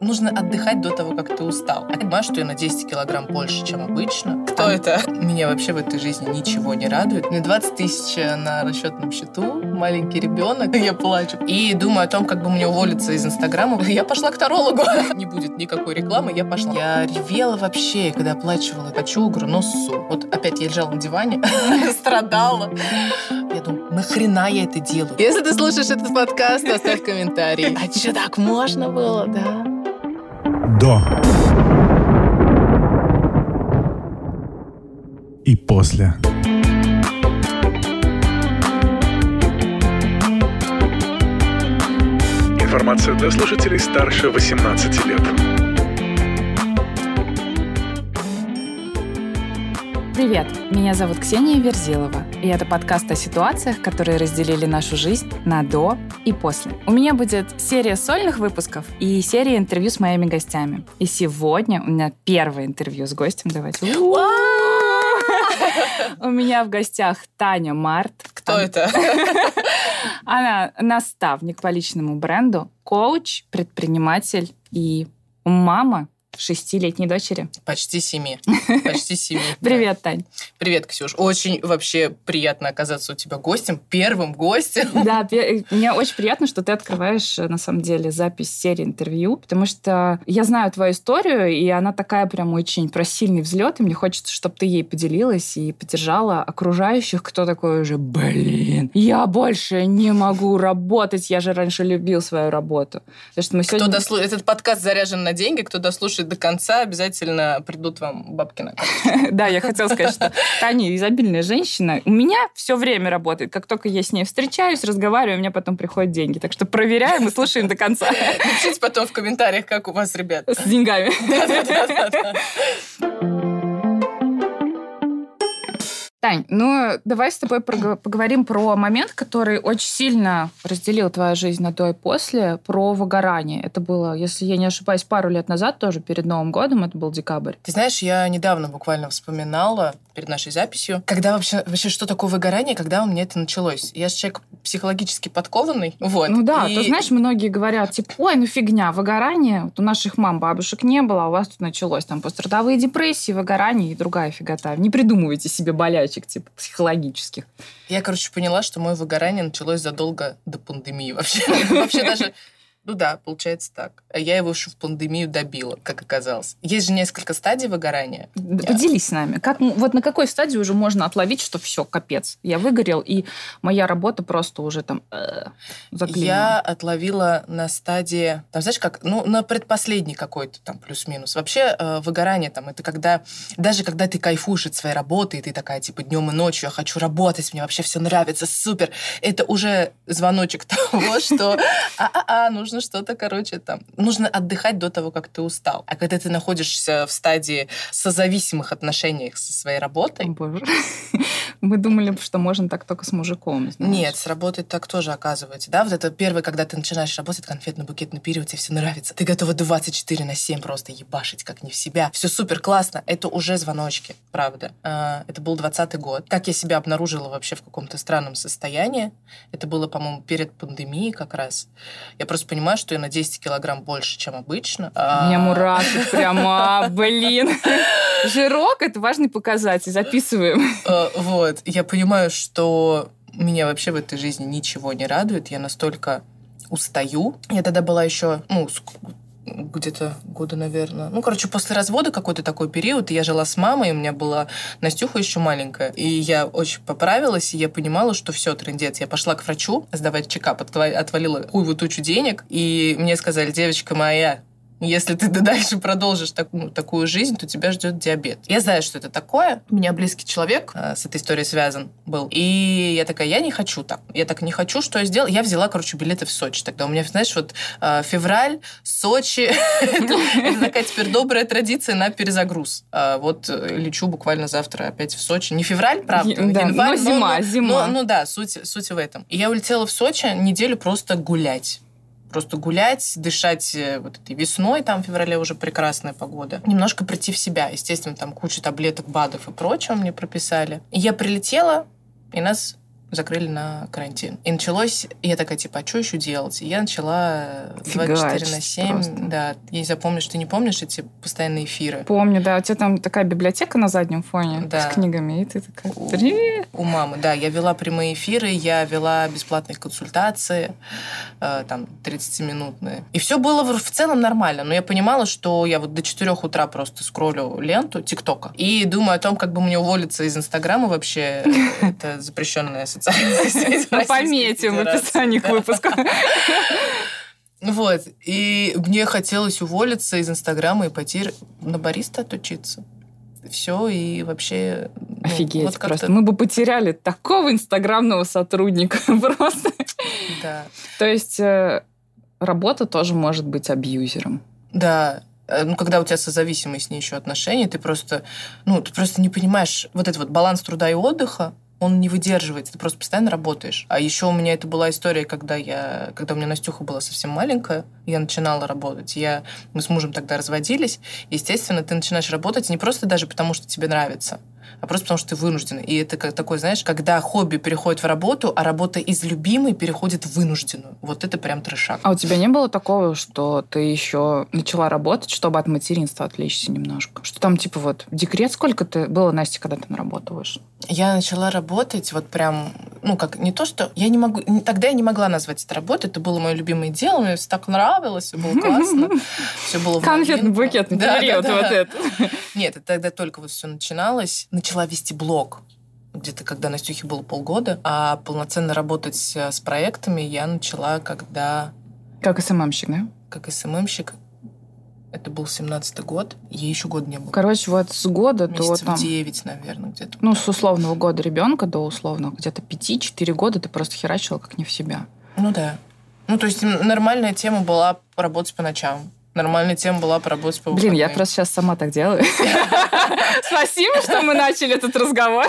нужно отдыхать до того, как ты устал. Я понимаю, что я на 10 килограмм больше, чем обычно. Кто это? Меня вообще в этой жизни ничего не радует. Мне 20 тысяч на расчетном счету, маленький ребенок, я плачу. И думаю о том, как бы мне уволиться из Инстаграма. Я пошла к тарологу. Не будет никакой рекламы, я пошла. Я ревела вообще, когда оплачивала по чугру, но ссу. Вот опять я лежала на диване, страдала. Я думаю, нахрена я это делаю? Если ты слушаешь этот подкаст, то оставь комментарий. А что, так можно было, да? До и после. Информация для слушателей старше 18 лет. Привет, меня зовут Ксения Верзилова, и это подкаст о ситуациях, которые разделили нашу жизнь на «до» и «после». У меня будет серия сольных выпусков и серия интервью с моими гостями. И сегодня у меня первое интервью с гостем. Давайте. У меня в гостях Таня Март. Кто это? Она наставник по личному бренду, коуч, предприниматель и мама 6-летней дочери. Почти 7. Почти 7. Привет, Тань. Привет, Ксюш. Очень вообще приятно оказаться у тебя гостем, первым гостем. Да, мне очень приятно, что ты открываешь, на самом деле, запись серии интервью, потому что я знаю твою историю, и она такая прям очень про сильный взлет, и мне хочется, чтобы ты ей поделилась и поддержала окружающих, кто такой уже, я больше не могу работать, я же раньше любил свою работу. Потому что мы сегодня... Этот подкаст заряжен на деньги, кто дослушает до конца, обязательно придут вам бабки на карточку. Да, я хотела сказать, что Таня изобильная женщина. У меня все время работает. Как только я с ней встречаюсь, разговариваю, у меня потом приходят деньги. Так что проверяем и слушаем до конца. Напишите потом в комментариях, как у вас, ребят. С деньгами. Да. Тань, давай с тобой поговорим про момент, который очень сильно разделил твою жизнь на до и после, про выгорание. Это было, если я не ошибаюсь, пару лет назад, тоже перед Новым годом, это был декабрь. Ты знаешь, я недавно буквально вспоминала перед нашей записью, когда вообще что такое выгорание, когда у меня это началось. Я же человек психологически подкованный. Вот. Ты знаешь, многие говорят, типа, ой, фигня, выгорание. Вот у наших мам, бабушек не было, а у вас тут началось там пострадовые депрессии, выгорание и другая фигота. Не придумывайте себе болячек, типа, психологических. Я, поняла, что мое выгорание началось задолго до пандемии вообще. Вообще даже... получается так. Я его еще в пандемию добила, как оказалось. Есть же несколько стадий выгорания. Поделись с нами. Вот на какой стадии уже можно отловить, что все, капец, я выгорел, и моя работа просто уже там заклинила? Я отловила на стадии, знаешь, на предпоследней какой-то там плюс-минус. Вообще выгорание там, это даже когда ты кайфуешь от своей работы, и ты такая, типа, днем и ночью, я хочу работать, мне вообще все нравится, супер. Это уже звоночек того, что нужно что-то, там. Нужно отдыхать до того, как ты устал. А когда ты находишься в стадии созависимых отношениях со своей работой... Боже. Мы думали, что можно так только с мужиком, знаешь. Нет, с работой так тоже оказывается. Да, вот это первое, когда ты начинаешь работать, конфетно-букетный период, тебе все нравится. Ты готова 24/7 просто ебашить, как не в себя. Все супер классно. Это уже звоночки, правда. Это был 2020 год. Как я себя обнаружила вообще в каком-то странном состоянии. Это было, по-моему, перед пандемией как раз. Я просто понимаю, что я на 10 килограмм больше, чем обычно. У меня мурашек прямо, Жирок — это важный показатель, записываем. Вот. Я понимаю, что меня вообще в этой жизни ничего не радует. Я настолько устаю. Я тогда была еще, где-то года, наверное. После развода какой-то такой период. И я жила с мамой, у меня была Настюха еще маленькая. И я очень поправилась, и я понимала, что все, трындец. Я пошла к врачу сдавать чекап, отвалила хуевую тучу денег. И мне сказали, девочка моя, если ты дальше продолжишь такую жизнь, то тебя ждет диабет. Я знаю, что это такое. У меня близкий человек с этой историей связан был. И я такая, я не хочу так. Я так не хочу, что я сделала? Я взяла, билеты в Сочи. Тогда у меня, знаешь, февраль, Сочи. Это такая теперь добрая традиция на перезагруз. Лечу буквально завтра опять в Сочи. Не февраль, правда, январь. Но зима. Суть в этом. И я улетела в Сочи неделю просто гулять. Просто гулять, дышать этой весной, там в феврале уже прекрасная погода. Немножко прийти в себя. Естественно, там куча таблеток, БАДов и прочего мне прописали. И я прилетела, и нас закрыли на карантин. И началось, я такая, типа, а что еще делать? И я начала 24/7. Просто. Да, я не запомню, что ты не помнишь эти постоянные эфиры. Помню, да. У тебя там такая библиотека на заднем фоне Да. с книгами, и ты такая, привет! У мамы, да. Я вела прямые эфиры, я вела бесплатные консультации, там, 30-минутные. И все было в целом нормально. Но я понимала, что я вот до 4 утра просто скроллю ленту ТикТока и думаю о том, как бы мне уволиться из Инстаграма вообще. Это запрещенная социальная сеть. Мы пометим в описании к выпуску. Вот. И мне хотелось уволиться из Инстаграма и пойти на бариста отучиться. Все, и вообще... Офигеть, вот просто. Мы бы потеряли такого инстаграмного сотрудника просто. Да. То есть работа тоже может быть абьюзером. Да. Ну, когда у тебя созависимые с ней еще отношения, ты просто не понимаешь вот этот вот баланс труда и отдыха, он не выдерживается, ты просто постоянно работаешь. А еще у меня это была история, когда у меня Настюха была совсем маленькая, я начинала работать. Мы с мужем тогда разводились. Естественно, ты начинаешь работать не просто даже потому, что тебе нравится, а просто потому, что ты вынужден. И это как такой, знаешь, когда хобби переходит в работу, а работа из любимой переходит в вынужденную. Вот это прям трешак. А у тебя не было такого, что ты еще начала работать, чтобы от материнства отвлечься немножко? Что там, типа, вот, декрет, сколько ты было, Настя, когда ты на работу вышла? Я начала работать вот прям, как не то, что... Тогда я не могла назвать это работой, это было мое любимое дело, мне все так нравилось, все было классно, все было в конфетно-букетный период вот это. Нет, это тогда только вот все начиналось. Начала вести блог где-то, когда Настюхе было полгода, а полноценно работать с проектами я начала, когда... Как СММщик, да? Как СММщик. Это был 17-й год. Ей еще года не было. Короче, вот с года месяцев до... 9, наверное, где-то. С условного года ребенка до условного где-то 5-4 года ты просто херачила как не в себя. Ну да. То есть нормальная тема была поработать по ночам. Нормальная тема была поработать по выходным. Блин, я просто сейчас сама так делаю. Спасибо, что мы начали этот разговор.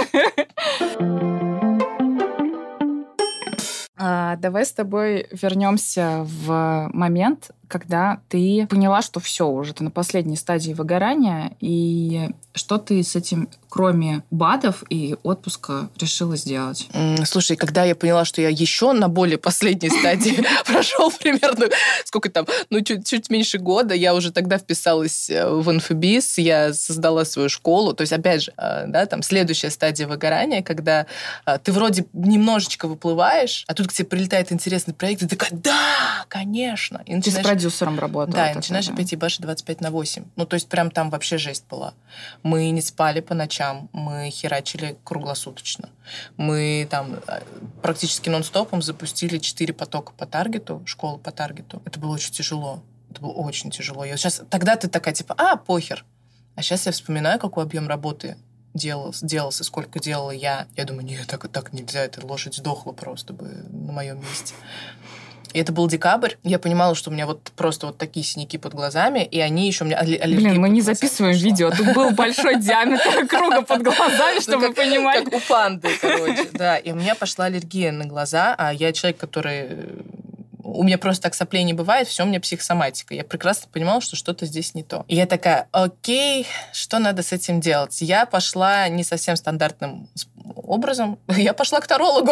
Давай с тобой вернемся в момент, когда ты поняла, что все, уже ты на последней стадии выгорания, и что ты с этим, кроме БАДов и отпуска, решила сделать? Слушай, когда я поняла, что я еще на более последней стадии прошел примерно, сколько там, чуть меньше года, я уже тогда вписалась в инфобиз, я создала свою школу. То есть, опять же, да, там следующая стадия выгорания, когда ты вроде немножечко выплываешь, а тут к тебе прилетает интересный проект, и ты такая, да, конечно. И ты с продюсером работала. Да, и начинаешь опять ебашить 25/8. То есть прям там вообще жесть была. Мы не спали по ночам, мы херачили круглосуточно. Мы там практически нон-стопом запустили 4 потока по таргету, школу по таргету. Это было очень тяжело. Это было очень тяжело. Тогда ты такая, типа, похер. А сейчас я вспоминаю, какой объем работы делался, сколько делала я. Я думаю, нет, так нельзя, эта лошадь сдохла просто бы на моем месте. И это был декабрь. Я понимала, что у меня вот просто вот такие синяки под глазами, и они еще у меня аллергия. Блин, мы не записываем видео. Тут был большой диаметр круга под глазами, чтобы вы понимали. Как у панды, короче. Да, и у меня пошла аллергия на глаза, а я человек, который... У меня просто так соплей не бывает, все у меня психосоматика. Я прекрасно понимала, что что-то здесь не то. И я такая, окей, что надо с этим делать? Я пошла не совсем стандартным образом. Я пошла к тарологу.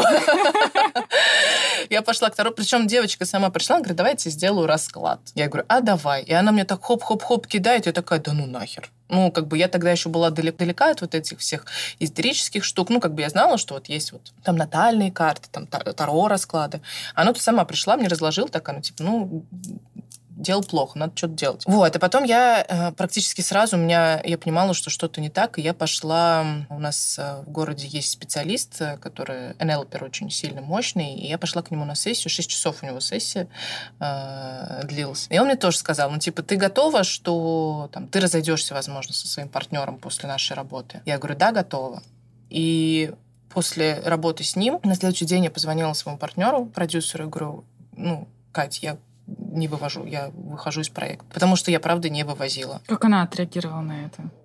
Я пошла к тарологу. Причем девочка сама пришла, она говорит, давайте сделаю расклад. Я говорю, давай. И она мне так хоп-хоп-хоп кидает. Я такая, да ну нахер. Я тогда еще была далека от вот этих всех эзотерических штук. Я знала, что вот есть вот там натальные карты, там таро расклады. Она тут сама пришла, мне разложила, такая, дело плохо, надо что-то делать. Вот, а потом я практически сразу, я понимала, что что-то не так, и я пошла, у нас в городе есть специалист, который НЛПер очень сильно мощный, и я пошла к нему на сессию, 6 часов у него сессия длилась. И он мне тоже сказал, ты готова, что ты разойдешься, возможно, со своим партнером после нашей работы? Я говорю, да, готова. И после работы с ним на следующий день я позвонила своему партнеру, продюсеру, и говорю, Кать, я не вывожу, я выхожу из проекта. Потому что я, правда, не вывозила. Как она отреагировала на это?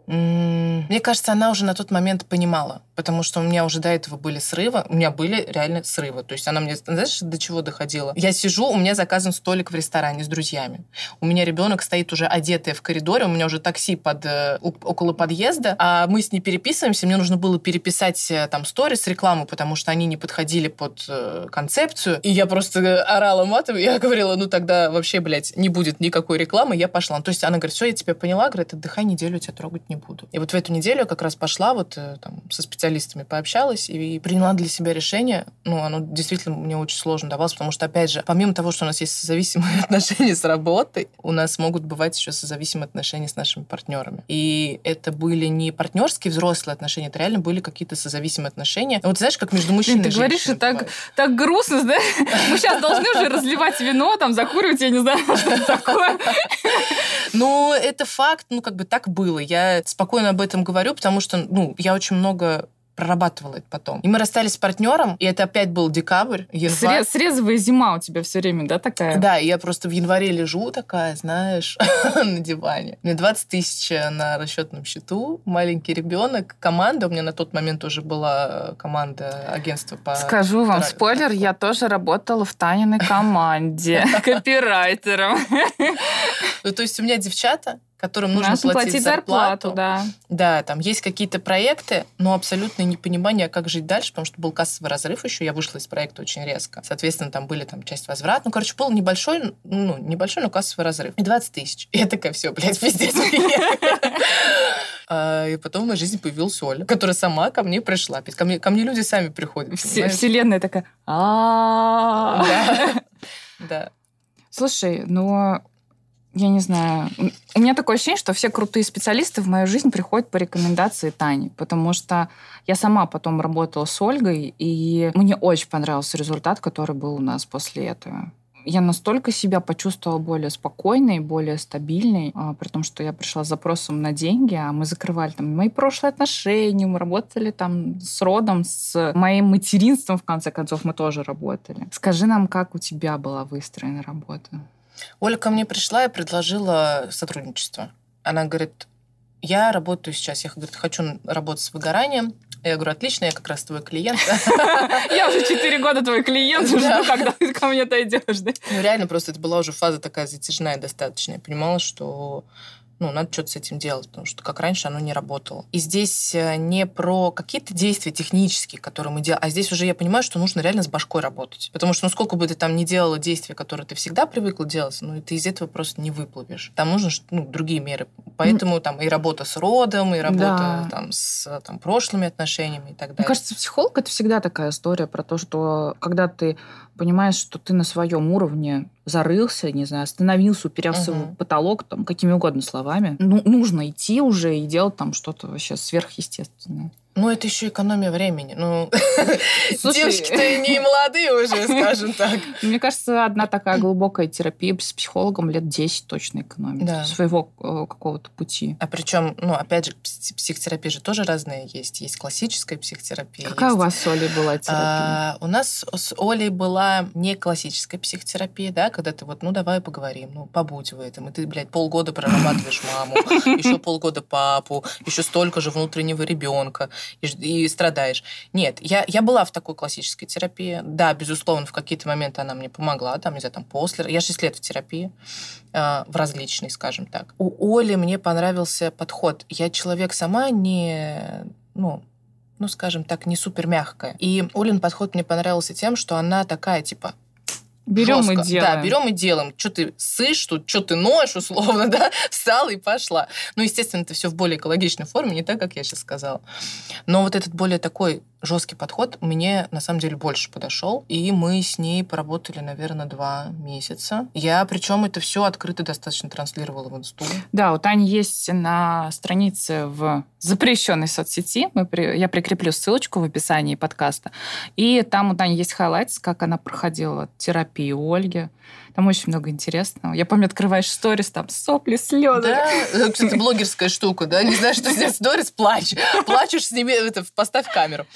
Мне кажется, она уже на тот момент понимала, потому что у меня уже до этого были срывы. У меня были реально срывы. То есть она мне, знаешь, до чего доходила? Я сижу, у меня заказан столик в ресторане с друзьями. У меня ребенок стоит уже одетый в коридоре, у меня уже такси около подъезда, а мы с ней переписываемся. Мне нужно было переписать там сторис, рекламу, потому что они не подходили под концепцию. И я просто орала матом. Я говорила, ну тогда вообще, блядь, не будет никакой рекламы. Я пошла. То есть она говорит, все, я тебя поняла. Говорит, отдыхай неделю, тебя трогать не буду. И вот в эту неделю я как раз пошла, там, со специалистами пообщалась и приняла для себя решение. Оно действительно мне очень сложно давалось, потому что, опять же, помимо того, что у нас есть созависимые отношения с работой, у нас могут бывать еще созависимые отношения с нашими партнерами. И это были не партнерские взрослые отношения, это реально были какие-то созависимые отношения. Вот знаешь, как между мужчиной и женщиной. Ты говоришь, так грустно, да? Мы сейчас должны уже разливать вино, там, закуривать, я не знаю, что это такое. Это факт, так было. Я спокойно об этом говорю, потому что, я очень много прорабатывала это потом. И мы расстались с партнером, и это опять был декабрь, январь. Срезовая зима у тебя все время, да, такая? Да, и я просто в январе лежу такая, знаешь, на диване. У меня 20 тысяч на расчетном счету, маленький ребенок, команда. У меня на тот момент уже была команда агентства по... Скажу вам спойлер, я тоже работала в Таниной команде копирайтером. То есть у меня девчата, которым нужно платить зарплату. Да, там есть какие-то проекты, но абсолютное непонимание, как жить дальше, потому что был кассовый разрыв еще, я вышла из проекта очень резко. Соответственно, там были часть возврата. Был небольшой, но кассовый разрыв. И 20 тысяч. И я такая, все, блядь, пиздец. И потом в моей жизни появилась Оля, которая сама ко мне пришла. Ко мне люди сами приходят. Вселенная такая... Да. Слушай, я не знаю. У меня такое ощущение, что все крутые специалисты в мою жизнь приходят по рекомендации Тани, потому что я сама потом работала с Ольгой, и мне очень понравился результат, который был у нас после этого. Я настолько себя почувствовала более спокойной, более стабильной, при том, что я пришла с запросом на деньги, а мы закрывали там мои прошлые отношения, мы работали там с родом, с моим материнством, в конце концов, мы тоже работали. Скажи нам, как у тебя была выстроена работа? Оля ко мне пришла и предложила сотрудничество. Она говорит, я работаю сейчас, я хочу работать с выгоранием. Я говорю, отлично, я как раз твой клиент. Я уже 4 года твой клиент, жду, когда ты ко мне дойдешь. Реально, просто это была уже фаза такая затяжная достаточно. Я понимала, что надо что-то с этим делать, потому что как раньше оно не работало. И здесь не про какие-то действия технические, которые мы делаем, а здесь уже я понимаю, что нужно реально с башкой работать. Потому что сколько бы ты там ни делала действия, которые ты всегда привыкла делать, ты из этого просто не выплывешь. Там нужны другие меры. Поэтому там и работа с родом, и работа с прошлыми отношениями и так далее. Мне кажется, психолог — это всегда такая история про то, что когда ты понимаешь, что ты на своем уровне зарылся, не знаю, остановился, уперелся в потолок, там, какими угодно словами. Нужно идти уже и делать там что-то вообще сверхъестественное. Это еще экономия времени. Девушки-то не молодые уже, скажем так. Мне кажется, одна такая глубокая терапия с психологом лет 10 точно экономит своего какого-то пути. А причем, опять же, психотерапия же тоже разная есть. Есть классическая психотерапия. Какая у вас с Олей была терапия? У нас с Олей была не классическая психотерапия, да, когда ты давай поговорим, побудь в этом. И ты, блядь, полгода прорабатываешь маму, еще полгода папу, еще столько же внутреннего ребенка. И страдаешь. Нет, я была в такой классической терапии. Да, безусловно, в какие-то моменты она мне помогла, после. Я 6 лет в терапии, в различной, скажем так. У Оли мне понравился подход. Я человек сама не, скажем так, не супер мягкая. И Олин подход мне понравился тем, что она такая, берем жестко. И делаем. Да, берем и делаем. Что ты сышь тут, что ты ноешь, условно, да? Встала и пошла. Естественно, это все в более экологичной форме, не так, как я сейчас сказала. Но этот более такой жесткий подход мне, на самом деле, больше подошел. И мы с ней поработали, наверное, 2 месяца. Я, причем, это все открыто достаточно транслировала в инсту. Да, у Тани есть на странице в запрещенной соцсети. Я прикреплю ссылочку в описании подкаста. И там у Тани есть хайлайтс, как она проходила терапию у Ольги. Там очень много интересного. Я помню, открываешь сторис, там сопли, слезы. Да, кстати, блогерская штука, да? Не знаешь, что снять сторис, плачь. Плачешь, сними, поставь камеру.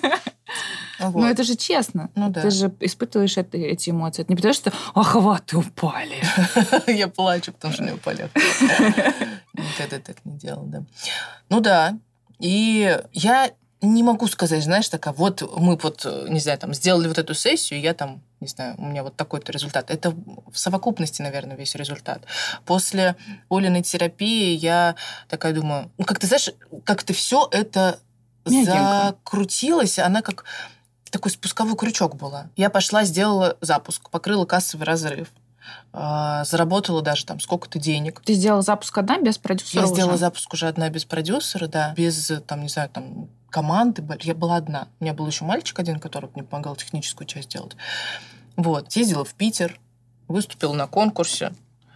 Но это же честно. Ты же испытываешь эти эмоции. Это не потому, что охваты упали. Я плачу, потому что не упали. Никогда так не делал, да. Ну да. И я не могу сказать, знаешь, такая, вот мы вот, не знаю, там, сделали вот эту сессию, и я там, не знаю, у меня вот такой-то результат. Это в совокупности, наверное, весь результат. После Олиной терапии я такая думаю, ну, как ты знаешь, как-то все это закрутилось, она как такой спусковой крючок была. Я пошла, сделала запуск, покрыла кассовый разрыв. Заработала даже там сколько-то денег. Ты сделала запуск одна, без продюсера? Я сделала запуск уже одна без продюсера, да, без, там, не знаю, там, команды. Я была одна. У меня был еще мальчик один, который мне помогал техническую часть делать. Вот. Съездила в Питер, выступила на конкурсе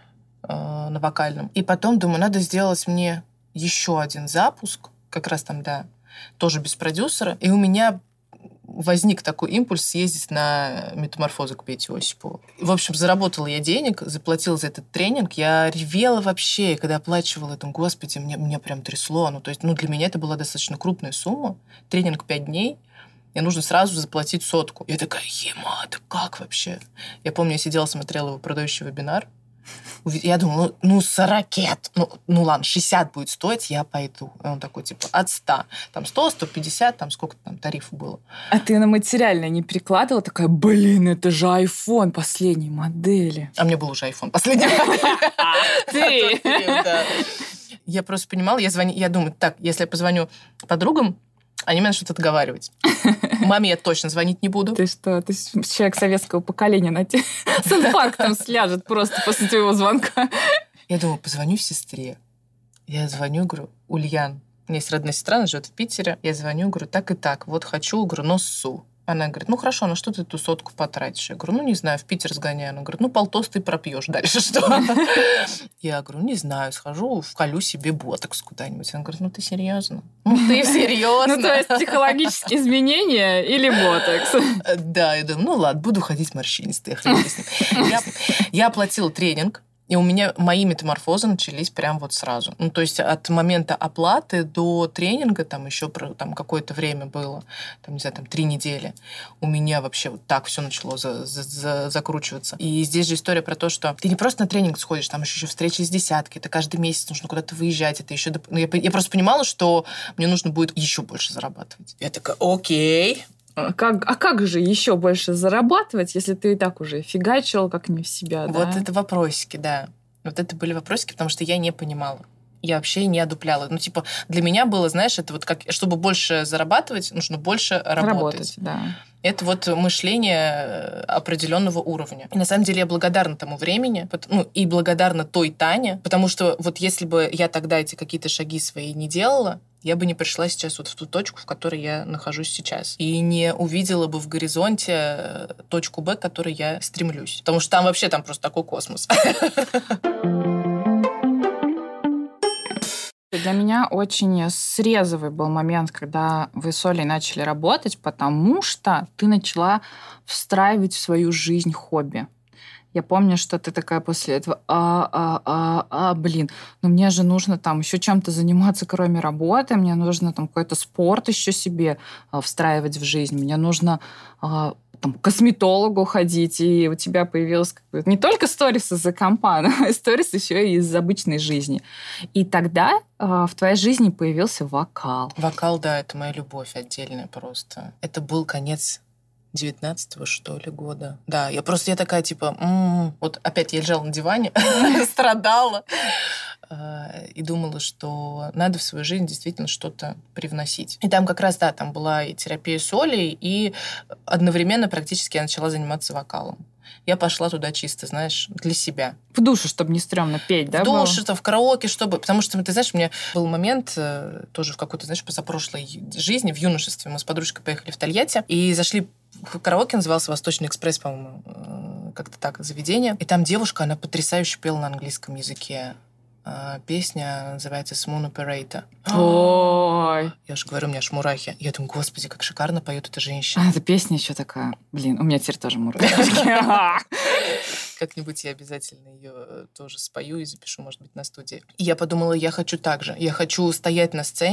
на вокальном. И потом думаю, надо сделать мне еще один запуск, как раз там, да, тоже без продюсера. И у меня возник такой импульс съездить на метаморфозы к Пете Осипову. В общем, заработала я денег, заплатила за этот тренинг. Я ревела вообще, и когда оплачивала это, господи, мне прям трясло. Ну, то есть, для меня это была достаточно крупная сумма. Тренинг 5 дней. Мне нужно сразу заплатить 100. Я такая, да как вообще? Я помню, я сидела, смотрела его продающий вебинар. Я думала, 40, ну ладно, 60 будет стоить, я пойду. И он такой, типа, от 100. Там 100, 150, там сколько там тарифу было. А ты на материальное не перекладывала? Такая, блин, это же iPhone последней модели. А мне был уже iPhone последней модели. Ты! Я просто понимала, я думаю, так, если я позвоню подругам, они меня что-то отговаривать. Маме я точно звонить не буду. Ты что? Ты человек советского поколения с инфарктом сляжет просто после твоего звонка. Я думаю, позвоню сестре. Я звоню, говорю, Ульян. У меня есть родная сестра, она живет в Питере. Я звоню, говорю, так и так. Вот хочу, говорю, но ссу. Она говорит, ну хорошо, на что ты эту 100 потратишь? Я говорю, не знаю, в Питер сгоняю. Она говорит, полтос ты пропьешь, дальше что? Я говорю, не знаю, схожу, вколю себе ботокс куда-нибудь. Она говорит, ты серьезно? Ты серьезно? То есть психологические изменения или ботокс? Да, я думаю, ладно, буду ходить морщинистая. Я оплатила тренинг. И у меня мои метаморфозы начались прям вот сразу. То есть от момента оплаты до тренинга, там еще какое-то время было, там, не знаю, 3 недели, у меня вообще вот так все начало закручиваться. И здесь же история про то, что ты не просто на тренинг сходишь, там еще встречи с десятки, это каждый месяц нужно куда-то выезжать, это еще... Я просто понимала, что мне нужно будет еще больше зарабатывать. Я такая, окей. Как же еще больше зарабатывать, если ты и так уже фигачил как не в себя, да? Вот это вопросики, да. Вот это были вопросики, потому что я не понимала. Я вообще не одупляла. Для меня было, знаешь, это вот как, чтобы больше зарабатывать, нужно больше работать. Да. Это вот мышление определенного уровня. И на самом деле я благодарна тому времени, и благодарна той Тане, потому что вот если бы я тогда эти какие-то шаги свои не делала, я бы не пришла сейчас вот в ту точку, в которой я нахожусь сейчас. И не увидела бы в горизонте точку Б, к которой я стремлюсь. Потому что там вообще просто такой космос. Для меня очень срезовый был момент, когда вы с Олей начали работать, потому что ты начала встраивать в свою жизнь хобби. Я помню, что ты такая после этого, блин, мне же нужно там еще чем-то заниматься, кроме работы, мне нужно там какой-то спорт еще себе встраивать в жизнь, мне нужно к косметологу ходить, и у тебя появилось не только сторис из-за компа, но и сторис еще и из обычной жизни. И тогда в твоей жизни появился вокал. Вокал, да, это моя любовь отдельная просто. Это был конец 19-го, что ли, года. Да, я такая, вот опять я лежала на диване, страдала и думала, что надо в свою жизнь действительно что-то привносить. И там как раз, да, там была и терапия с Олей, и одновременно практически я начала заниматься вокалом. Я пошла туда чисто, знаешь, для себя. В душе, чтобы не стрёмно петь, да? В душе, в караоке, чтобы... Потому что, ты знаешь, у меня был момент тоже в какой-то, знаешь, позапрошлой жизни, в юношестве. Мы с подружкой поехали в Тольятти и зашли в караоке, назывался «Восточный экспресс», по-моему, как-то так, заведение. И там девушка, она потрясающе пела на английском языке. Песня называется «Smooth Operator». Ой! Я же говорю, у меня аж мурахи. Я думаю, господи, как шикарно поет эта женщина. Эта песня еще такая... Блин, у меня теперь тоже мурахи. Как-нибудь я обязательно ее тоже спою и запишу, может быть, на студии. И я подумала, я хочу так же. Я хочу стоять на сцене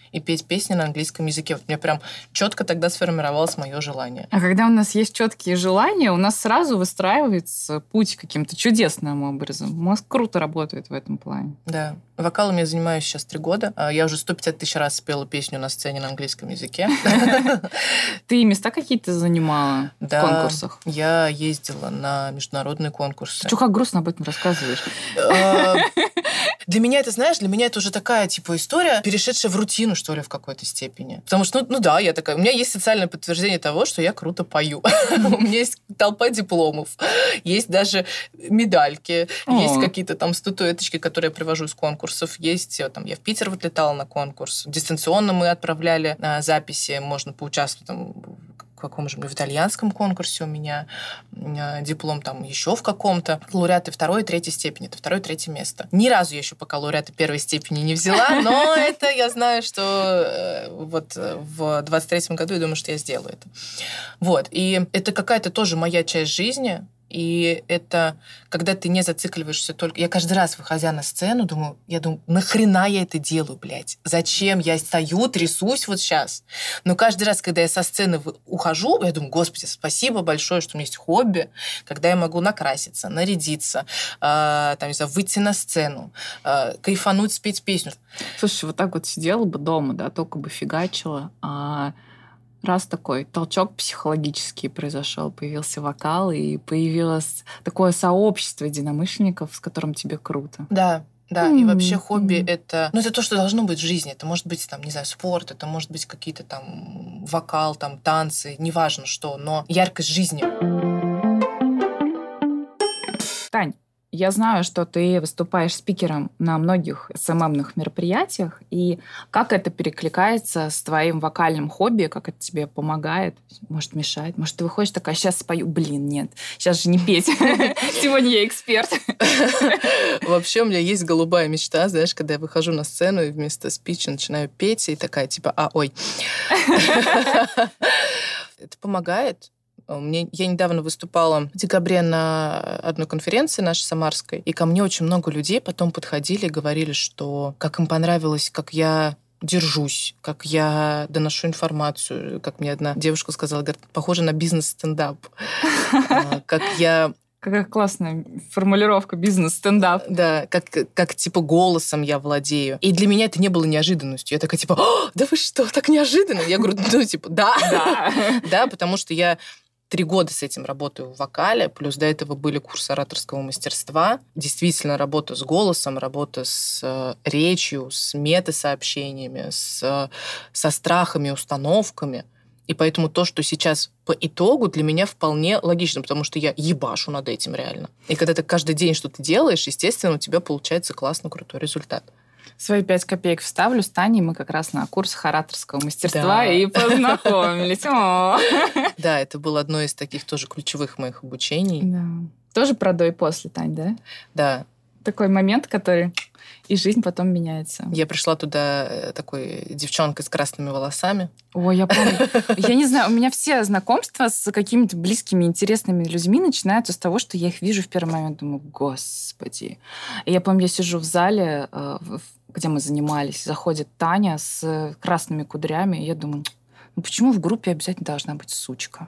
и петь песни на английском языке. Вот у меня прям четко тогда сформировалось мое желание. А когда у нас есть четкие желания, у нас сразу выстраивается путь каким-то чудесным образом. Мозг круто работает в этом плане. Да. Вокалом я занимаюсь сейчас 3 года. Я уже 150 тысяч раз спела песню на сцене на английском языке. Ты места какие-то занимала в конкурсах? Я ездила на международные конкурсы. Что, как грустно об этом рассказываешь? Для меня это, знаешь, уже такая, история, перешедшая в рутину, что ли, в какой-то степени. Потому что, да, я такая... У меня есть социальное подтверждение того, что я круто пою. У меня есть толпа дипломов, есть даже медальки, есть какие-то там статуэточки, которые я привожу из конкурсов. Есть, там, я в Питер вот летала на конкурс. Дистанционно мы отправляли записи, можно поучаствовать там в каком же в итальянском конкурсе у меня диплом, там еще в каком-то. Лауреаты 2-й и 3-й степени. Это 2-е и 3-е место. Ни разу я еще пока лауреаты 1-й степени не взяла, но это я знаю, что вот в 23-м году я думаю, что я сделаю это. Вот. И это какая-то тоже моя часть жизни. И это, когда ты не зацикливаешься только... Я каждый раз, выходя на сцену, я думаю, нахрена я это делаю, блядь? Зачем я стою, трясусь вот сейчас? Но каждый раз, когда я со сцены ухожу, я думаю, господи, спасибо большое, что у меня есть хобби, когда я могу накраситься, нарядиться, там, не знаю, выйти на сцену, кайфануть, спеть песню. Слушай, вот так вот сидела бы дома, да, только бы фигачила, раз такой толчок психологический произошел, появился вокал, и появилось такое сообщество единомышленников, с которым тебе круто. Да, и вообще хобби это... это то, что должно быть в жизни. Это может быть, там, не знаю, спорт, это может быть какие-то там вокал, там, танцы, неважно что, но яркость жизни. Тань, я знаю, что ты выступаешь спикером на многих СММных мероприятиях, и как это перекликается с твоим вокальным хобби, как это тебе помогает, может, мешает? Может, ты выходишь такая, сейчас спою, нет, сейчас же не петь, сегодня я эксперт. Вообще у меня есть голубая мечта, знаешь, когда я выхожу на сцену и вместо спича начинаю петь, и такая, ой. Это помогает. Я недавно выступала в декабре на одной конференции нашей самарской, и ко мне очень много людей потом подходили и говорили, что как им понравилось, как я держусь, как я доношу информацию. Как мне одна девушка сказала, говорит, похоже на бизнес-стендап. Как я... Какая классная формулировка, бизнес-стендап. Да, как типа голосом я владею. И для меня это не было неожиданностью. Я такая, да вы что, так неожиданно? Я говорю, да. Да, потому что я 3 года с этим работаю в вокале, плюс до этого были курсы ораторского мастерства. Действительно, работа с голосом, работа с речью, с метасообщениями, со страхами, установками. И поэтому то, что сейчас по итогу, для меня вполне логично, потому что я ебашу над этим реально. И когда ты каждый день что-то делаешь, естественно, у тебя получается классно крутой результат. Свои 5 копеек вставлю с Таней. Мы как раз на курсах ораторского мастерства и познакомились. Да, это было одно из таких тоже ключевых моих обучений. Да. Тоже про до и после, Тань, да? Да. Такой момент, который... И жизнь потом меняется. Я пришла туда такой девчонкой с красными волосами. Ой, я помню. Я не знаю, у меня все знакомства с какими-то близкими, интересными людьми начинаются с того, что я их вижу в первый момент. Думаю, господи. И я помню, я сижу в зале, где мы занимались, заходит Таня с красными кудрями, и я думаю, почему в группе обязательно должна быть сучка?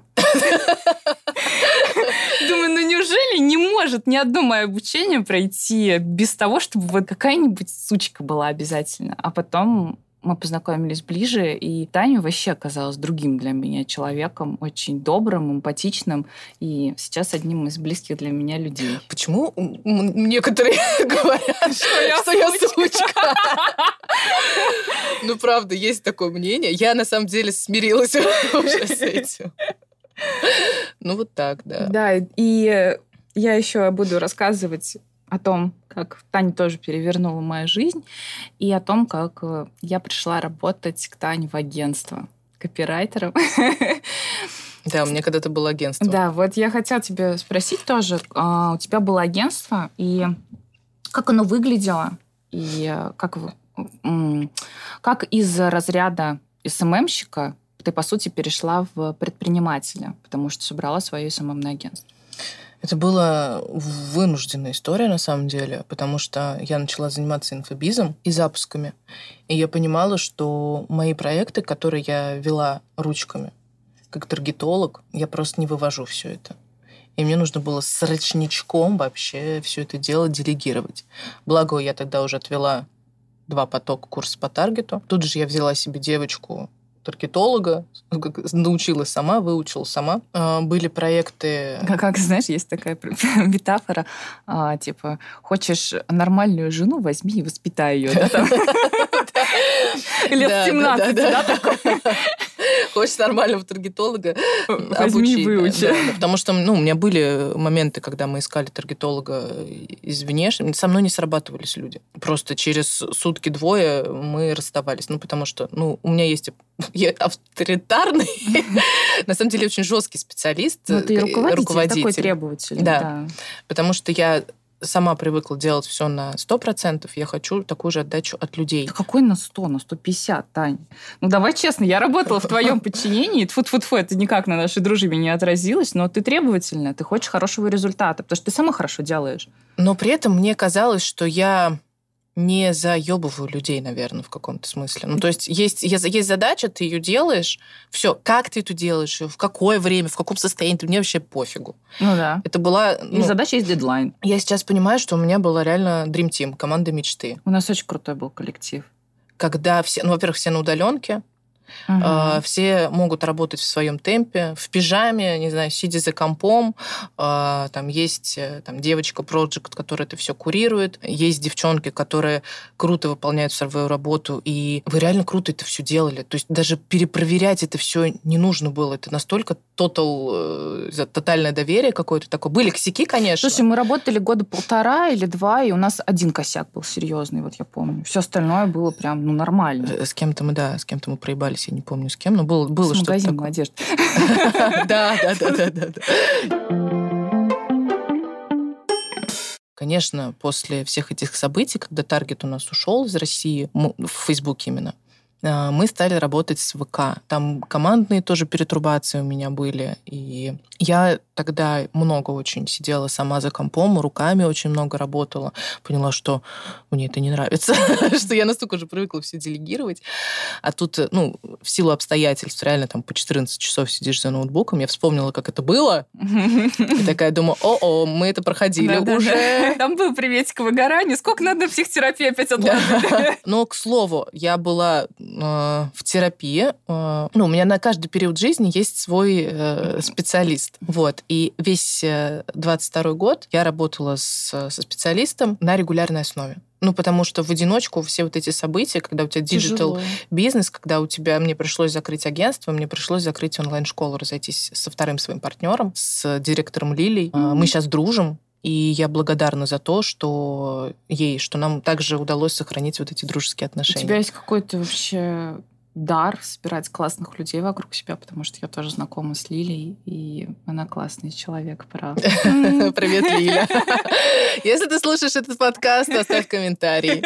Думаю, неужели не может ни одно мое обучение пройти без того, чтобы вот какая-нибудь сучка была обязательно? А потом мы познакомились ближе, и Таня вообще оказалась другим для меня человеком, очень добрым, эмпатичным, и сейчас одним из близких для меня людей. Почему некоторые говорят, что я сучка? Правда, есть такое мнение. Я, на самом деле, смирилась уже с этим. Вот так, да. Да, и я еще буду рассказывать о том, как Таня тоже перевернула мою жизнь, и о том, как я пришла работать к Тане в агентство копирайтером. Да, у меня когда-то было агентство. Да, вот я хотела тебя спросить тоже. У тебя было агентство, и как оно выглядело? И как из разряда СММщика ты, по сути, перешла в предпринимателя, потому что собрала свое СММное агентство? Это была вынужденная история, на самом деле, потому что я начала заниматься инфобизом и запусками. И я понимала, что мои проекты, которые я вела ручками, как таргетолог, я просто не вывожу все это. И мне нужно было с ручничком вообще все это дело делегировать. Благо, я тогда уже отвела 2 потока курса по таргету. Тут же я взяла себе девочку, таргетолога, научилась сама, выучила сама. Были проекты... Как знаешь, есть такая метафора, типа, хочешь нормальную жену, возьми и воспитай ее. Лет 17, да, такой? Хочешь нормального таргетолога, возьми и выучи. Потому что у меня были моменты, когда мы искали таргетолога извне, со мной не срабатывались люди. Просто через сутки-двое мы расставались. Потому что у меня есть... Я авторитарный, на самом деле очень жесткий специалист. Ты руководитель такой требовательный. Да, потому что я сама привыкла делать все на 100%, я хочу такую же отдачу от людей. Да какой на 100, на 150, Тань? Давай честно, я работала в твоем подчинении, тьфу-тьфу-тьфу, это никак на нашей дружбе не отразилось, но ты требовательная, ты хочешь хорошего результата, потому что ты сама хорошо делаешь. Но при этом мне казалось, что я не заебываю людей, наверное, в каком-то смысле. То есть есть задача, ты ее делаешь, все, как ты это делаешь, в какое время, в каком состоянии, мне вообще пофигу. Да. Это была... И задача есть дедлайн. Я сейчас понимаю, что у меня была реально Dream Team, команда мечты. У нас очень крутой был коллектив. Когда все, во-первых, все на удаленке, все могут работать в своем темпе, в пижаме, не знаю, сидя за компом. Там есть девочка-проджект, которая это все курирует. Есть девчонки, которые круто выполняют свою работу. И вы реально круто это все делали. То есть даже перепроверять это все не нужно было. Это настолько тотальное доверие какое-то такое. Были косяки, конечно. Слушай, мы работали 1.5 или 2, и у нас один косяк был серьезный, вот я помню. Все остальное было прям нормально. С кем-то мы проебались, я не помню с кем, но было что-то такое. Магазин одежды. Да. Конечно, после всех этих событий, когда Таргет у нас ушел из России, в Фейсбуке именно, мы стали работать с ВК. Там командные тоже перетрубации у меня были. И я тогда много очень сидела сама за компом, руками очень много работала. Поняла, что мне это не нравится, что я настолько уже привыкла все делегировать. А тут, в силу обстоятельств, реально там по 14 часов сидишь за ноутбуком. Я вспомнила, как это было. И такая думаю, мы это проходили уже. Там был приветик выгорания. Сколько надо психотерапии опять отложить? Но, к слову, я была в терапии. У меня на каждый период жизни есть свой специалист. Вот. И весь 22-й год я работала со специалистом на регулярной основе. Потому что в одиночку все вот эти события, когда у тебя диджитал-бизнес, когда мне пришлось закрыть агентство, мне пришлось закрыть онлайн-школу, разойтись со вторым своим партнером, с директором Лилей. Мы сейчас дружим. И я благодарна за то, что нам также удалось сохранить вот эти дружеские отношения. У тебя есть какой-то вообще дар собирать классных людей вокруг себя, потому что я тоже знакома с Лилей, и она классный человек, правда. Привет, Лиля. Если ты слушаешь этот подкаст, оставь комментарий.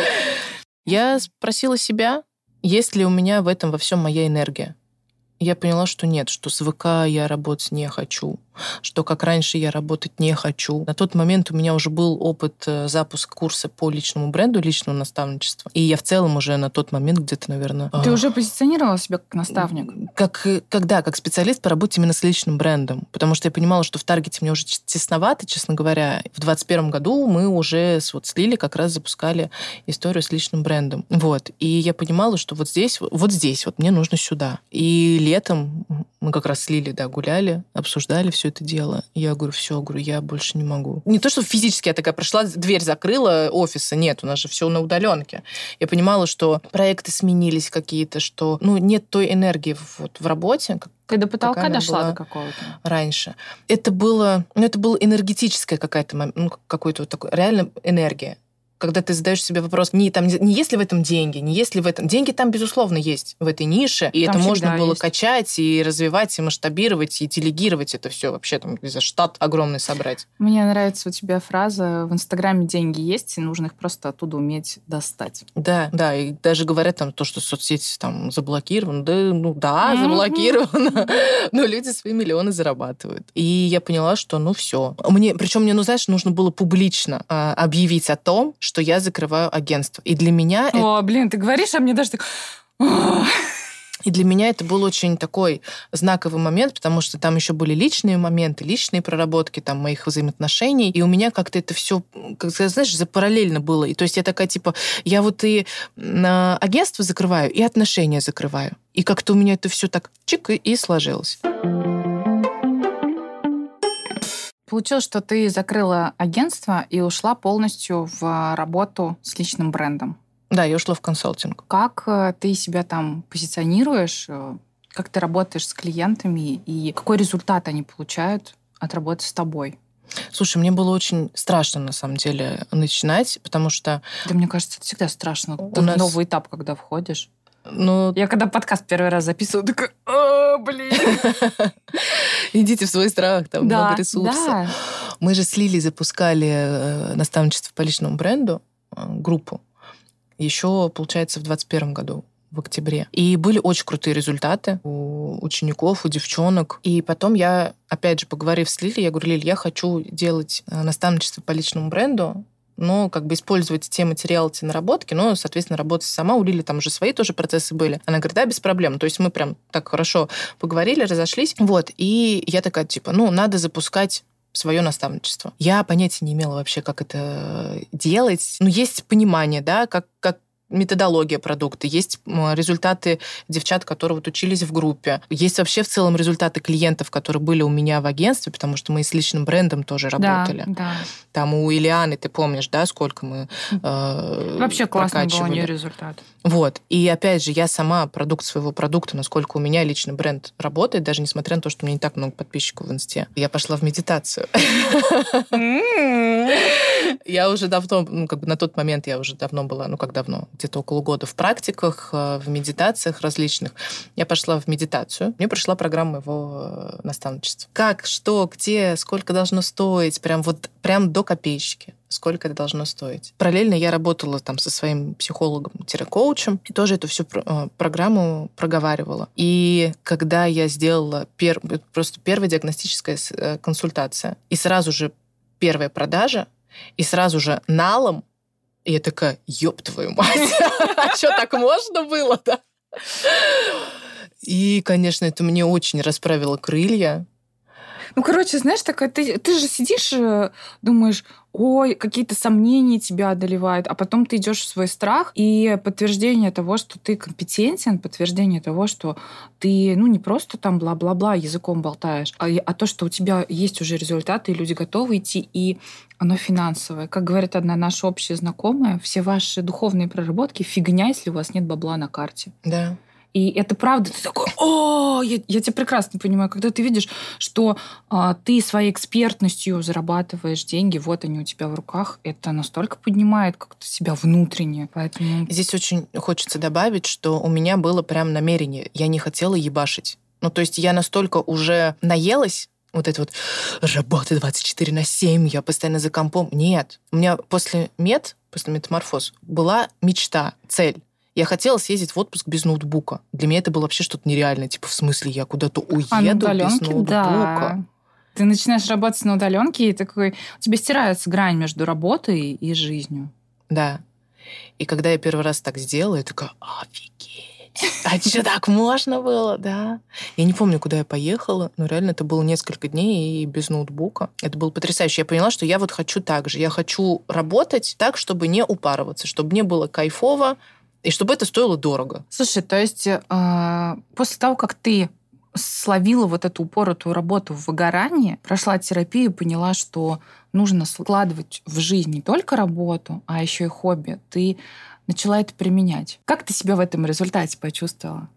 Я спросила себя, есть ли у меня в этом во всем моя энергия. Я поняла, что нет, что с ВК я работать не хочу, что как раньше я работать не хочу. На тот момент у меня уже был опыт запуска курса по личному бренду, личного наставничества. И я в целом уже на тот момент где-то, наверное... Ты уже позиционировала себя как наставник? Как специалист по работе именно с личным брендом. Потому что я понимала, что в Таргете мне уже тесновато, честно говоря. В 2021 году мы уже с Лили как раз запускали историю с личным брендом. Вот. И я понимала, что вот здесь мне нужно сюда. И летом мы как раз с Лили, гуляли, обсуждали все это дело. И я говорю, я больше не могу. Не то, что физически я такая пришла, дверь закрыла офиса. Нет, у нас же все на удаленке. Я понимала, что проекты сменились какие-то, что нет той энергии в работе. Ты до потолка дошла до какого-то? Раньше. Это было энергетическая какая-то, какой-то вот такой, реально энергия. когда ты задаешь себе вопрос, не есть ли в этом деньги, не есть ли в этом... Деньги там, безусловно, есть в этой нише, и там это можно было есть. Качать, и развивать, и масштабировать, и делегировать это все вообще, там, не знаю, штат огромный собрать. Мне нравится у тебя фраза «в Инстаграме деньги есть, и нужно их просто оттуда уметь достать». Да, и даже говорят там то, что соцсети там заблокированы. Заблокировано. Но люди свои миллионы зарабатывают. И я поняла, что все. Причем мне, знаешь, нужно было публично объявить о том, что я закрываю агентство. И для меня... Ты говоришь, а мне даже так... И для меня это был очень такой знаковый момент, потому что там еще были личные моменты, личные проработки там моих взаимоотношений, и у меня как-то это все, как сказать, знаешь, запараллельно было. И то есть я такая, типа, я вот и агентство закрываю, и отношения закрываю. И как-то у меня это все так чик и сложилось. Получилось, что ты закрыла агентство и ушла полностью в работу с личным брендом. Да, я ушла в консалтинг. Как ты себя там позиционируешь? Как ты работаешь с клиентами? И какой результат они получают от работы с тобой? Слушай, мне было очень страшно, на самом деле, начинать, потому что... Да, мне кажется, это всегда страшно. У нас... новый этап, когда входишь. Я когда подкаст первый раз записываю, такая, блин. Идите в свой страх, там много ресурсов. Да. Мы же с Лилей запускали наставничество по личному бренду, группу, еще, получается, в 2021 году, в октябре. И были очень крутые результаты у учеников, у девчонок. И потом я, опять же, поговорив с Лилей, я говорю, Лиль, я хочу делать наставничество по личному бренду, но как бы использовать те материалы, те наработки, но, соответственно, работать сама. У Лили там уже свои тоже процессы были. Она говорит, да, без проблем. То есть мы прям так хорошо поговорили, разошлись. И я такая, типа, надо запускать свое наставничество. Я понятия не имела вообще, как это делать. Есть понимание, да, как методология продукта, есть результаты девчат, которые учились в группе, есть вообще в целом результаты клиентов, которые были у меня в агентстве, потому что мы с личным брендом тоже работали. Да. Там у Ильяны, ты помнишь, да, сколько мы вообще классный был у нее результат. И опять же, я сама продукт своего продукта, насколько у меня личный бренд работает, даже несмотря на то, что у меня не так много подписчиков в Инсте. Я пошла в медитацию. Я уже давно, на тот момент я уже давно была, где-то около года в практиках, в медитациях различных. Я пошла в медитацию. Мне пришла программа его наставничества. Как, что, где, сколько должно стоить, прям до копеечки. Сколько это должно стоить. Параллельно я работала там со своим психологом-коучем и тоже эту всю программу проговаривала. И когда я сделала просто первая диагностическая консультация, и сразу же первая продажа, и сразу же налом, и я такая, ёб твою мать, а что, так можно было, да? И, конечно, это мне очень расправило крылья. Знаешь, такая, ты же сидишь, думаешь, ой, какие-то сомнения тебя одолевают, а потом ты идешь в свой страх, и подтверждение того, что ты компетентен, подтверждение того, что ты, не просто там бла-бла-бла языком болтаешь, а то, что у тебя есть уже результаты, и люди готовы идти, и оно финансовое. Как говорит одна наша общая знакомая, все ваши духовные проработки фигня, если у вас нет бабла на карте. Да. И это правда. Ты такой, я тебя прекрасно понимаю, когда ты видишь, что ты своей экспертностью зарабатываешь деньги, вот они у тебя в руках, это настолько поднимает как-то себя внутренне. Поэтому... Здесь очень хочется добавить, что у меня было прям намерение. Я не хотела ебашить. То есть я настолько уже наелась это работа 24/7, я постоянно за компом. Нет. У меня после метаморфоз была мечта, цель. Я хотела съездить в отпуск без ноутбука. Для меня это было вообще что-то нереальное. В смысле, я куда-то уеду без ноутбука. Да. Ты начинаешь работать на удаленке, и у тебя стирается грань между работой и жизнью. Да. И когда я первый раз так сделала, я такая, офигеть. А что, так можно было, да? Я не помню, куда я поехала, но реально это было несколько дней и без ноутбука. Это было потрясающе. Я поняла, что я хочу так же. Я хочу работать так, чтобы не упарываться, чтобы мне было кайфово, и чтобы это стоило дорого. Слушай, то есть после того, как ты словила эту упоротую работу в выгорании, прошла терапию, поняла, что нужно складывать в жизнь не только работу, а еще и хобби, ты начала это применять. Как ты себя в этом результате почувствовала?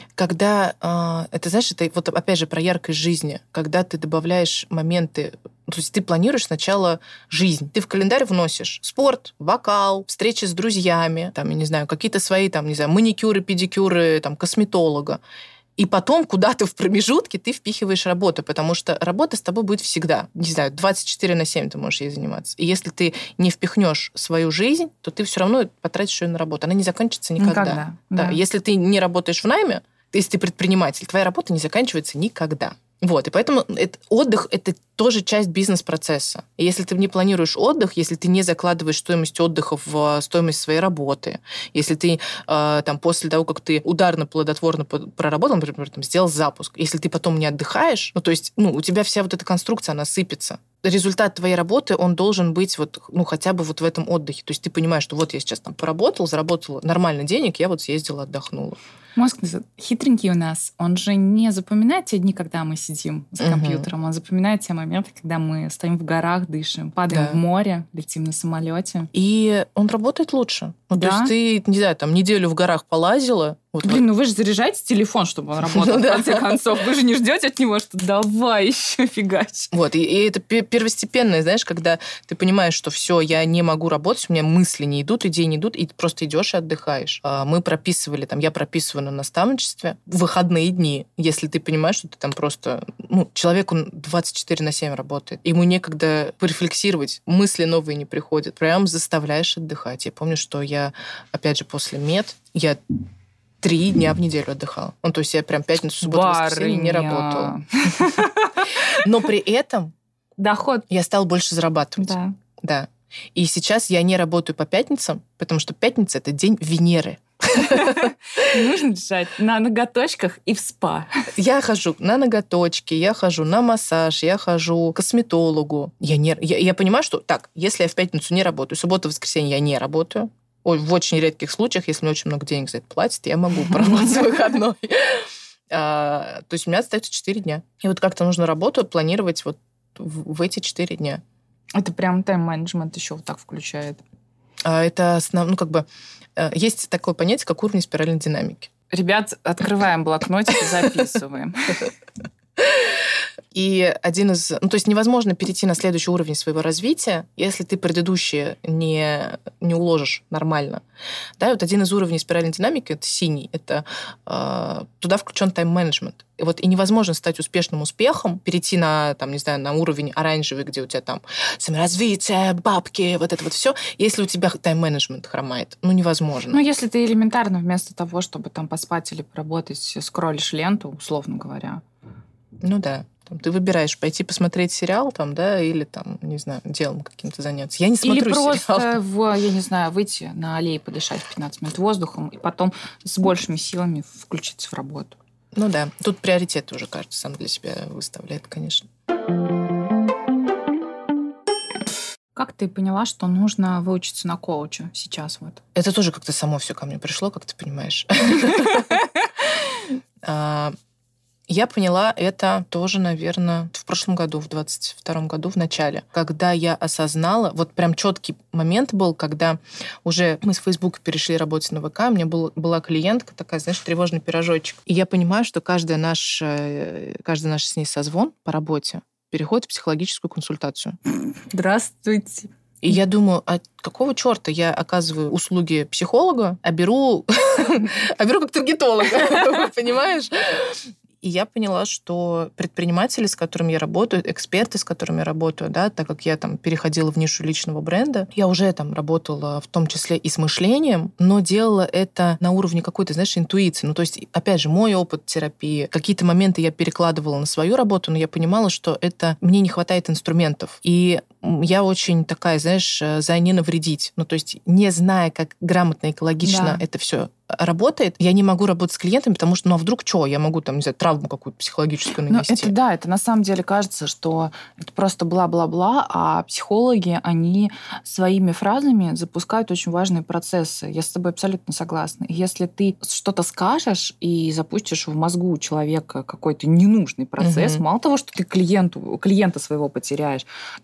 Когда, это, знаешь, это опять же про яркость жизни, когда ты добавляешь моменты, То есть ты планируешь сначала жизнь. Ты в календарь вносишь спорт, вокал, встречи с друзьями, там, я не знаю, какие-то свои, там, не знаю, маникюры, педикюры, там, косметолога. И потом куда-то в промежутке ты впихиваешь работу, потому что работа с тобой будет всегда. Не знаю, 24/7 ты можешь ей заниматься. И если ты не впихнешь свою жизнь, то ты все равно потратишь ее на работу. Она не закончится никогда. Да. Если ты не работаешь в найме, если ты предприниматель, твоя работа не заканчивается никогда. Вот, и поэтому отдых – это тоже часть бизнес-процесса. И если ты не планируешь отдых, если ты не закладываешь стоимость отдыха в стоимость своей работы, если ты там, после того, как ты ударно, плодотворно проработал, например, там, сделал запуск, если ты потом не отдыхаешь, то есть у тебя вся вот эта конструкция, она сыпется. Результат твоей работы, он должен быть хотя бы в этом отдыхе. То есть ты понимаешь, что вот я сейчас там поработал, заработал нормально денег, я съездила, отдохнула. Мозг хитренький у нас. Он же не запоминает те дни, когда мы сидим за компьютером. Он запоминает те моменты, когда мы стоим в горах, дышим, падаем в море, летим на самолете. И он работает лучше. То есть ты, не знаю, там неделю в горах полазила. Вы же заряжаете телефон, чтобы он работал, в конце концов. Вы же не ждете от него, что давай еще фигач. И это первостепенное, знаешь, когда ты понимаешь, что все, я не могу работать, у меня мысли не идут, идеи не идут, и ты просто идешь и отдыхаешь. Мы прописывали, я прописываю на наставничестве в выходные дни, если ты понимаешь, что ты там просто... человек, он 24/7 работает. Ему некогда порефлексировать, мысли новые не приходят. Прям заставляешь отдыхать. Я помню, что я, опять же, после мед, я 3 дня в неделю отдыхала. То есть я прям пятницу, субботу, воскресенье не работала. Но при этом доход. Я стала больше зарабатывать. Да. И сейчас я не работаю по пятницам, потому что пятница – это день Венеры. Нужно лежать на ноготочках и в спа. Я хожу на ноготочки, я хожу на массаж, я хожу к косметологу. Я понимаю, что если я в пятницу не работаю, субботу, воскресенье я не работаю, в очень редких случаях, если мне очень много денег за это платят, я могу поработать выходной. То есть у меня остается 4 дня. И как-то нужно работу планировать в эти 4 дня. Это прям тайм-менеджмент еще так включает. Это есть такое понятие, как уровень спиральной динамики. Ребят, открываем блокнотик и записываем. И один из... то есть невозможно перейти на следующий уровень своего развития, если ты предыдущие не уложишь нормально. Да, и один из уровней спиральной динамики, это синий, это туда включен тайм-менеджмент. И невозможно стать успешным успехом, перейти на уровень оранжевый, где у тебя там саморазвитие, бабки, это все, если у тебя тайм-менеджмент хромает. Невозможно. Если ты элементарно вместо того, чтобы там поспать или поработать, скроллишь ленту, условно говоря. Да. Ты выбираешь пойти посмотреть сериал, или не знаю, делом каким-то заняться. Я не смотрю сериал. Или просто, я не знаю, выйти на аллее, подышать 15 минут воздухом, и потом с большими силами включиться в работу. Да. Тут приоритеты уже каждый сам для себя выставляет, конечно. Как ты поняла, что нужно выучиться на коуча сейчас? Это тоже как-то само все ко мне пришло, как ты понимаешь. Я поняла это тоже, наверное, в прошлом году, в 22-м году, в начале, когда я осознала, прям четкий момент был, когда уже мы с Фейсбука перешли работать на ВК, у меня была клиентка такая, знаешь, тревожный пирожочек. И я понимаю, что каждый наш с ней созвон по работе переходит в психологическую консультацию. Здравствуйте. И я думаю, а какого черта я оказываю услуги психолога, а беру как таргетолога, понимаешь? И я поняла, что предприниматели, с которыми я работаю, эксперты, с которыми я работаю, так как я переходила в нишу личного бренда, я уже работала в том числе и с мышлением, но делала это на уровне какой-то, интуиции. То есть, опять же, мой опыт терапии, какие-то моменты я перекладывала на свою работу, но я понимала, что мне не хватает инструментов. И я очень такая, за не навредить. То есть, не зная, как грамотно, экологично это все работает, я не могу работать с клиентами, потому что, а вдруг что? Я могу, травму какую-то психологическую нанести. Это на самом деле кажется, что это просто бла-бла-бла, а психологи, они своими фразами запускают очень важные процессы. Я с тобой абсолютно согласна. Если ты что-то скажешь и запустишь в мозгу у человека какой-то ненужный процесс, мало того, что ты клиента своего потеряешь, так, может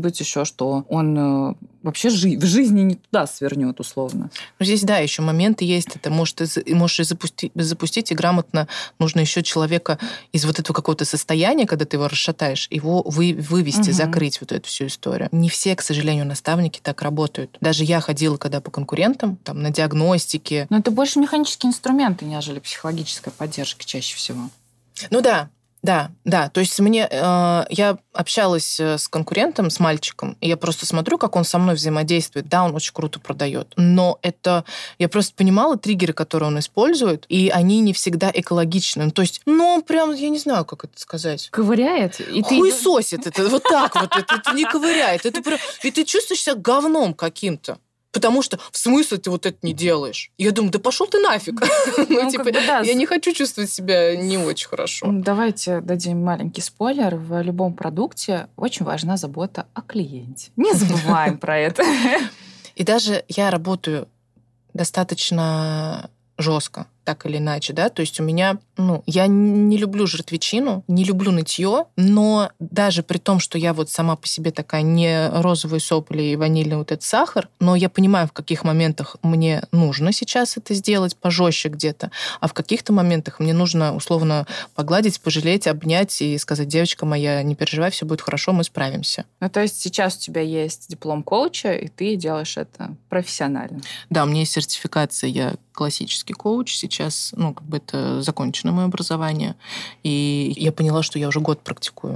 быть еще, что он вообще в жизни не туда свернет, условно. Ну, здесь, да, еще моменты есть. Это можешь и запустить, и грамотно нужно еще человека из вот этого какого-то состояния, когда ты его расшатаешь, его вывести, закрыть вот эту всю историю. Не все, к сожалению, наставники так работают. Даже я ходила когда по конкурентам, там, на диагностике. Но это больше механические инструменты, нежели психологическая поддержка чаще всего. Ну да. То есть я общалась с конкурентом, с мальчиком, и я просто смотрю, как он со мной взаимодействует. Да, он очень круто продает. Но я просто понимала триггеры, которые он использует, и они не всегда экологичны. Ну, то есть, прям, я не знаю, как это сказать. Ковыряет? Хуесосит это, вот так вот. Это не ковыряет. Это прям... И ты чувствуешь себя говном каким-то. Потому что в смысле ты вот это не делаешь? Я думаю, да пошел ты нафиг. Я не хочу чувствовать себя не очень хорошо. Давайте дадим маленький спойлер. В любом продукте очень важна забота о клиенте. Не забываем про это. И даже я работаю достаточно жестко, так или иначе, да, то есть у меня, я не люблю жертвечину, не люблю нытье, но даже при том, что я вот сама по себе такая не розовые сопли и ванильный вот этот сахар, но я понимаю, в каких моментах мне нужно сейчас это сделать пожестче где-то, а в каких-то моментах мне нужно условно погладить, пожалеть, обнять и сказать: девочка моя, не переживай, все будет хорошо, мы справимся. Ну, то есть сейчас у тебя есть диплом коуча, и ты делаешь это профессионально. Да, у меня есть сертификация, я классический коуч, сейчас, это закончено мое образование, и я поняла, что я уже год практикую.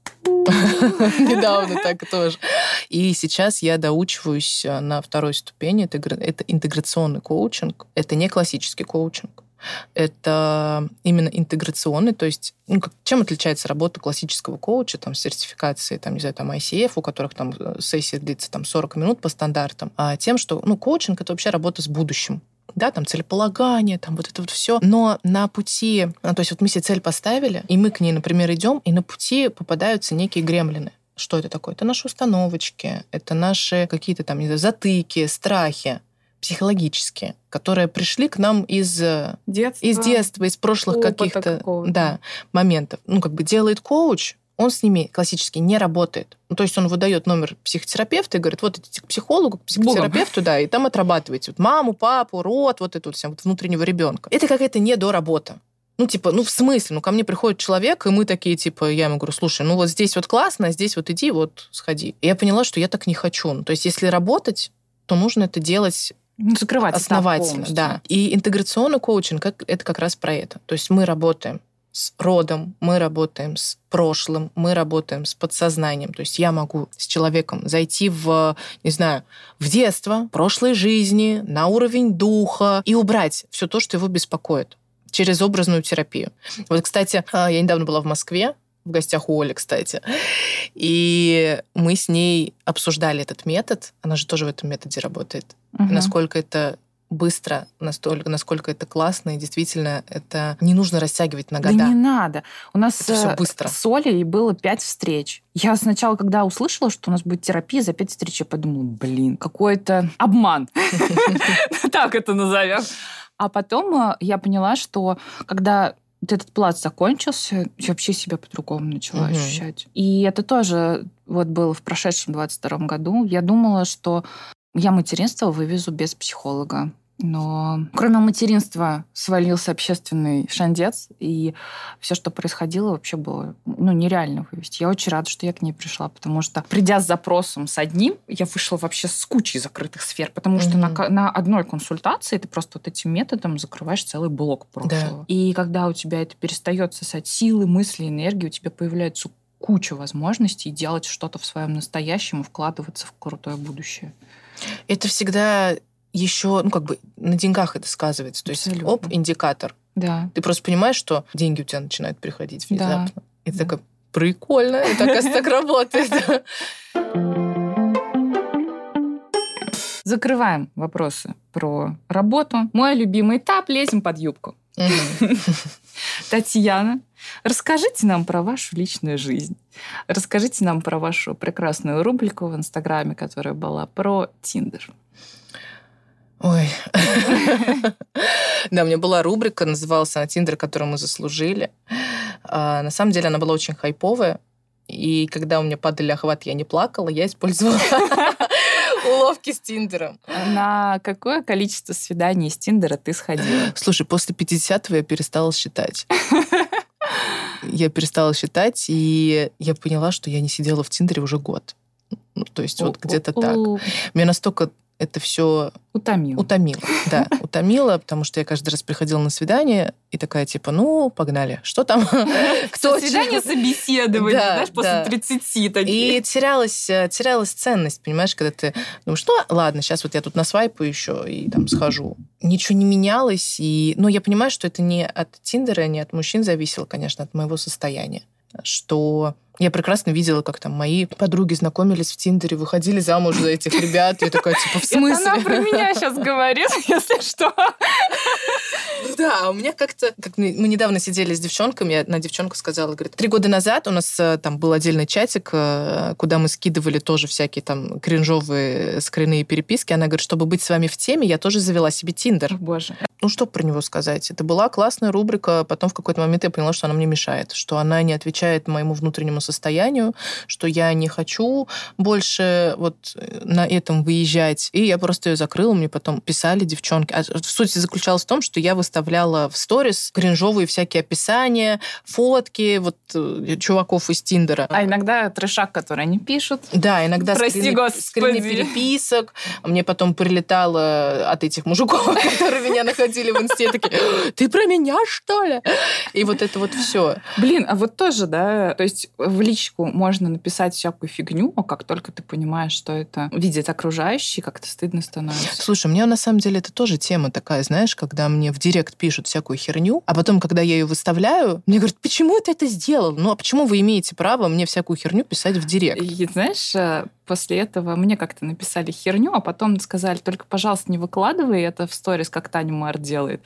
Недавно так тоже. И сейчас я доучиваюсь на второй ступени. Это интеграционный коучинг. Это не классический коучинг. Это именно интеграционный, то есть чем отличается работа классического коуча, там, с сертификацией, там, не знаю, там, ICF, у которых там сессия длится там 40 минут по стандартам, а тем, что, коучинг — это вообще работа с будущим. Да, там целеполагание, там вот это вот все. Но на пути, то есть вот мы себе цель поставили, и мы к ней, например, идем, и на пути попадаются некие гремлины. Что это такое? Это наши установочки, это наши какие-то там, не знаю, затыки, страхи психологические, которые пришли к нам из детства, из прошлых каких-то моментов. Делает коуч, он с ними классически не работает. То есть он выдает номер психотерапевта и говорит: вот идите к психологу, к психотерапевту, да, и там отрабатываете вот маму, папу, род, вот эту вот внутреннего ребенка. Это какая-то недоработа. В смысле? Ко мне приходит человек, и мы такие, я ему говорю: слушай, вот здесь вот классно, а здесь вот иди, вот сходи. И я поняла, что я так не хочу. То есть если работать, то нужно это делать закрывать основательно. Да. И интеграционный коучинг — это как раз про это. То есть мы работаем с родом, мы работаем с прошлым, мы работаем с подсознанием. То есть я могу с человеком зайти в детство, прошлой жизни, на уровень духа и убрать все то, что его беспокоит, через образную терапию. Вот, кстати, я недавно была в Москве, в гостях у Оли, кстати, и мы с ней обсуждали этот метод. Она же тоже в этом методе работает. Насколько это быстро, настолько, насколько это классно, и действительно это не нужно растягивать на года. Да не надо. У нас все быстро. С Олей было 5 встреч. Я сначала, когда услышала, что у нас будет терапия за 5 встреч, я подумала: какой-то обман. Так это назовем. А потом я поняла, что когда этот плац закончился, я вообще себя по-другому начала ощущать. И это тоже было в прошедшем 22-м году. Я думала, что я материнство вывезу без психолога. Но кроме материнства свалился общественный шандец, и все, что происходило, вообще было нереально вывести. Я очень рада, что я к ней пришла, потому что, придя с запросом с одним, я вышла вообще с кучей закрытых сфер, потому что на одной консультации ты просто вот этим методом закрываешь целый блок прошлого. Да. И когда у тебя это перестает сосать силы, мысли, энергии, у тебя появляется куча возможностей делать что-то в своем настоящем и вкладываться в крутое будущее. Это всегда еще, на деньгах это сказывается. То есть, индикатор. Да. Ты просто понимаешь, что деньги у тебя начинают приходить внезапно. Да. И ты такая: прикольно, это, оказывается, так работает. Закрываем вопросы про работу. Мой любимый этап — лезем под юбку. Татьяна, расскажите нам про вашу личную жизнь. Расскажите нам про вашу прекрасную рубрику в Инстаграме, которая была про Тиндер. Ой. Да, у меня была рубрика, называлась она «Тиндер, который мы заслужили». На самом деле она была очень хайповая. И когда у меня падали охваты, я не плакала, я использовала уловки с Тиндером. На какое количество свиданий с Тиндера ты сходила? Слушай, после 50-го я перестала считать. Я перестала считать, и я поняла, что я не сидела в Тиндере уже год. Ну, то есть вот где-то так. Меня настолько это все утомило, да, утомило, потому что я каждый раз приходила на свидание и такая, типа, ну, погнали. Что там? Кто свидание собеседование, знаешь, после 30 такие. И терялась ценность, понимаешь, когда ты думаешь, ну, ладно, сейчас вот я тут насвайпаю еще и там схожу. Ничего не менялось, но я понимаю, что это не от Тиндера, не от мужчин зависело, конечно, от моего состояния. Что я прекрасно видела, как там мои подруги знакомились в Тиндере, выходили замуж за этих ребят. Я такая, типа, в смысле? Это она про меня сейчас говорит, если что. Да, у меня как-то... Мы недавно сидели с девчонками, одна девчонка сказала, говорит, 3 года назад у нас там был отдельный чатик, куда мы скидывали тоже всякие там кринжовые скринные переписки. Она говорит, чтобы быть с вами в теме, я тоже завела себе Тиндер. О, боже. Ну, что про него сказать? Это была классная рубрика. Потом в какой-то момент я поняла, что она мне мешает, что она не отвечает моему внутреннему состоянию, что я не хочу больше вот на этом выезжать. И я просто ее закрыла. Мне потом писали девчонки. А суть заключалась в том, что я выставляла в сторис кринжовые всякие описания, фотки вот чуваков из Тиндера. А иногда трешак, который они пишут. Да, иногда скрины переписок. Мне потом прилетало от этих мужиков, которые меня находили в инсте, такие, ты про меня, что ли? И вот это вот все. Блин, а вот тоже, да, то есть в личку можно написать всякую фигню, а как только ты понимаешь, что это видят окружающие, как-то стыдно становится. Слушай, мне на самом деле это тоже тема такая, знаешь, когда мне в директ пишут всякую херню, а потом, когда я ее выставляю, мне говорят, почему ты это сделал? Ну, а почему вы имеете право мне всякую херню писать в директ? И знаешь, после этого мне как-то написали херню, а потом сказали, только, пожалуйста, не выкладывай это в сторис, как Таня Мэр делает.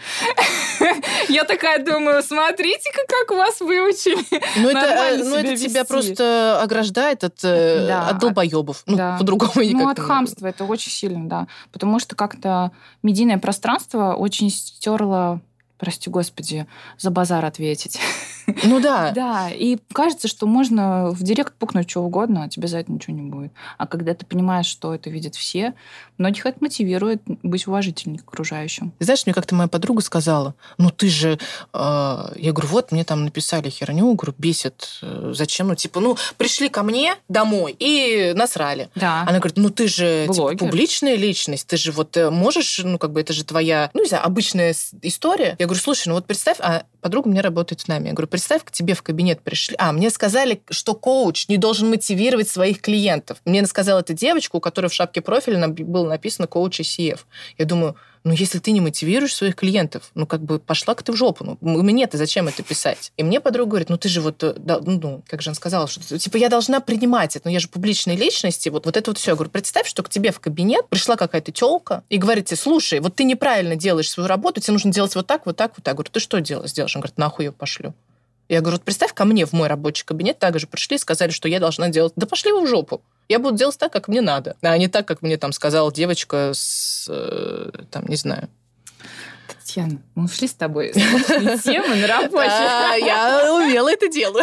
Я такая думаю, смотрите-ка, как вас выучили. Ну, это тебя просто ограждает от долбоебов. Ну, по-другому никак. Ну, от хамства это очень сильно, да. Потому что как-то медийное пространство очень стерло, прости господи, за базар ответить. Ну да. Да, и кажется, что можно в директ пукнуть что угодно, а тебе за это ничего не будет. А когда ты понимаешь, что это видят все, многих это мотивирует быть уважительнее к окружающим. Знаешь, мне как-то моя подруга сказала, ну ты же... Я говорю, вот мне там написали херню, говорю, бесит. Зачем? Ну типа, пришли ко мне домой и насрали. Да. Она говорит, ну ты же типа, публичная личность, ты же вот можешь, это же твоя, не знаю, обычная история. Я говорю, слушай, вот представь, а подруга у меня работает с нами. Я говорю, представь, к тебе в кабинет пришли. Мне сказали, что коуч не должен мотивировать своих клиентов. Мне сказала эта девочка, у которой в шапке профиля было написано коуч ICF. Я думаю, если ты не мотивируешь своих клиентов, пошла-ка ты в жопу. Мне-то зачем это писать? И мне подруга говорит, ты же как же она сказала, что типа я должна принимать это, я же публичная личность, и вот это вот все. Я говорю, представь, что к тебе в кабинет пришла какая-то тёлка и говорит тебе, слушай, вот ты неправильно делаешь свою работу, тебе нужно делать вот так, вот так, вот так. Я говорю, ты что сделаешь? Он говорит, нахуй ее пошлю. Я говорю, вот представь, ко мне в мой рабочий кабинет также пришли и сказали, что я должна делать. Да пошли вы в жопу. Я буду делать так, как мне надо. А не так, как мне там сказала девочка с, не знаю. Татьяна, мы ушли с тобой с личной темы на рабочую. Я умело это делаю.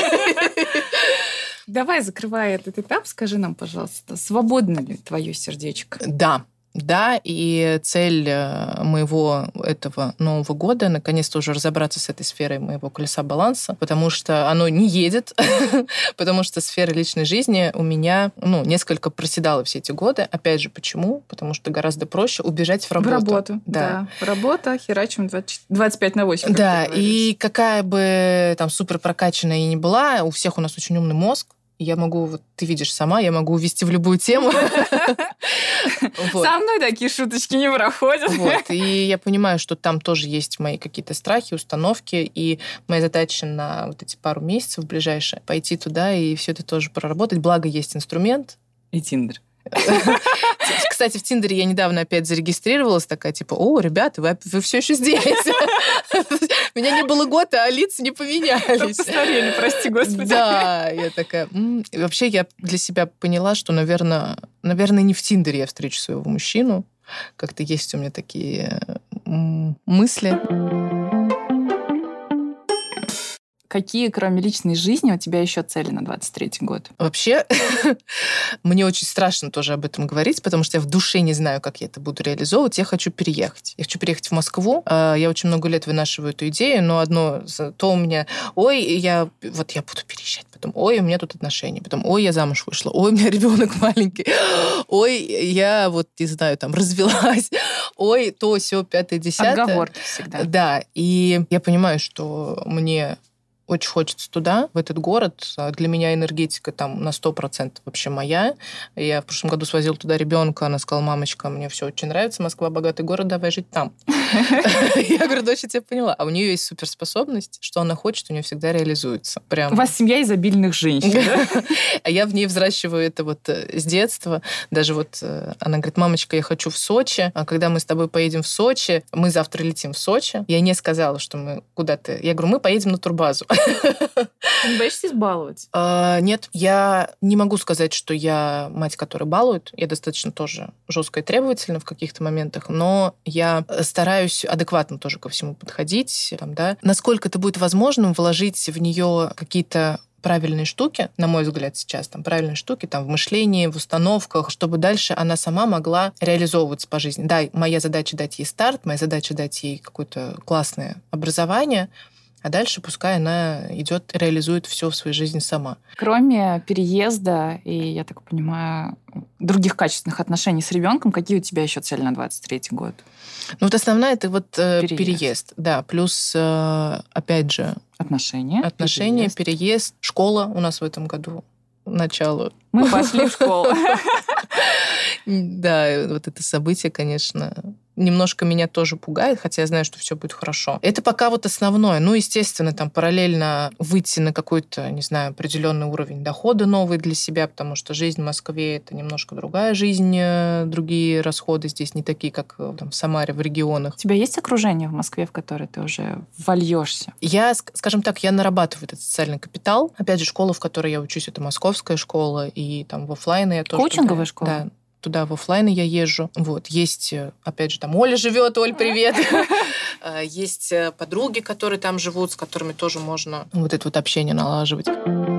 Давай, закрывая этот этап, скажи нам, пожалуйста, свободно ли твое сердечко? Да, и цель моего этого Нового года наконец-то уже разобраться с этой сферой моего колеса баланса, потому что оно не едет, потому что сфера личной жизни у меня несколько проседала все эти годы. Опять же, почему? Потому что гораздо проще убежать в работу. В работу, да. Работа, херачим 25/8. Да, и какая бы там супер прокачанная и не была, у всех у нас очень умный мозг. Я могу, ты видишь сама, я могу увести в любую тему. Со мной такие шуточки не проходят. И я понимаю, что там тоже есть мои какие-то страхи, установки, и моя задача на вот эти пару месяцев ближайшие пойти туда и все это тоже проработать. Благо есть инструмент. И Тиндер. Кстати, в Тиндере я недавно опять зарегистрировалась, такая, типа, ребята, вы все еще здесь. Меня не было года, а лица не поменялись. Постарели, прости господи. Да, я такая... И вообще я для себя поняла, что, наверное, не в Тиндере я встречу своего мужчину. Как-то есть у меня такие мысли. какие, кроме личной жизни, у тебя еще цели на 23-й год? Вообще, мне очень страшно тоже об этом говорить, потому что я в душе не знаю, как я это буду реализовывать. Я хочу переехать. Я хочу переехать в Москву. Я очень много лет вынашиваю эту идею, но одно, то у меня, я буду переезжать. Потом, у меня тут отношения. Потом, я замуж вышла. У меня ребенок маленький. Я не знаю, развелась. То, сё, 5-10. Отговорки всегда. Да, и я понимаю, что мне очень хочется туда, в этот город. Для меня энергетика там на 100% вообще моя. Я в прошлом году свозила туда ребенка, она сказала: мамочка, мне все очень нравится, Москва богатый город, давай жить там. Я говорю: дочь, я тебя поняла. А у нее есть суперспособность, что она хочет, у нее всегда реализуется. У вас семья изобильных женщин, да? А я в ней взращиваю это с детства. Даже она говорит: мамочка, я хочу в Сочи. А когда мы с тобой поедем в Сочи, мы завтра летим в Сочи. Я не сказала, что мы куда-то... Я говорю: мы поедем на турбазу. Ты не боишься избаловать? Нет, я не могу сказать, что я мать, которая балует. Я достаточно тоже жестко и требовательна в каких-то моментах, но я стараюсь адекватно тоже ко всему подходить. Насколько это будет возможным, вложить в нее какие-то правильные штуки, на мой взгляд, сейчас, правильные штуки в мышлении, в установках, чтобы дальше она сама могла реализовываться по жизни. Да, моя задача дать ей старт, моя задача дать ей какое-то классное образование, а дальше пускай она идет, реализует все в своей жизни сама. Кроме переезда и, я так понимаю, других качественных отношений с ребенком, какие у тебя еще цели на 23-й год? Основная это переезд. Да, плюс, опять же... Отношения, переезд, школа у нас в этом году, начало. Мы пошли в школу. Да, это событие, конечно, немножко меня тоже пугает, хотя я знаю, что все будет хорошо. Это пока основное. Естественно, параллельно выйти на какой-то, не знаю, определенный уровень дохода новый для себя, потому что жизнь в Москве — это немножко другая жизнь, другие расходы здесь не такие, как в Самаре, в регионах. У тебя есть окружение в Москве, в которое ты уже вольешься? Я, скажем так, я нарабатываю этот социальный капитал. Опять же, школа, в которой я учусь, это московская школа, и в офлайне я тоже... Коучинговая школа? Да. Туда в офлайне я езжу. Есть, опять же, Оля живет. Оль, привет. Есть подруги, которые там живут, с которыми тоже можно это общение налаживать.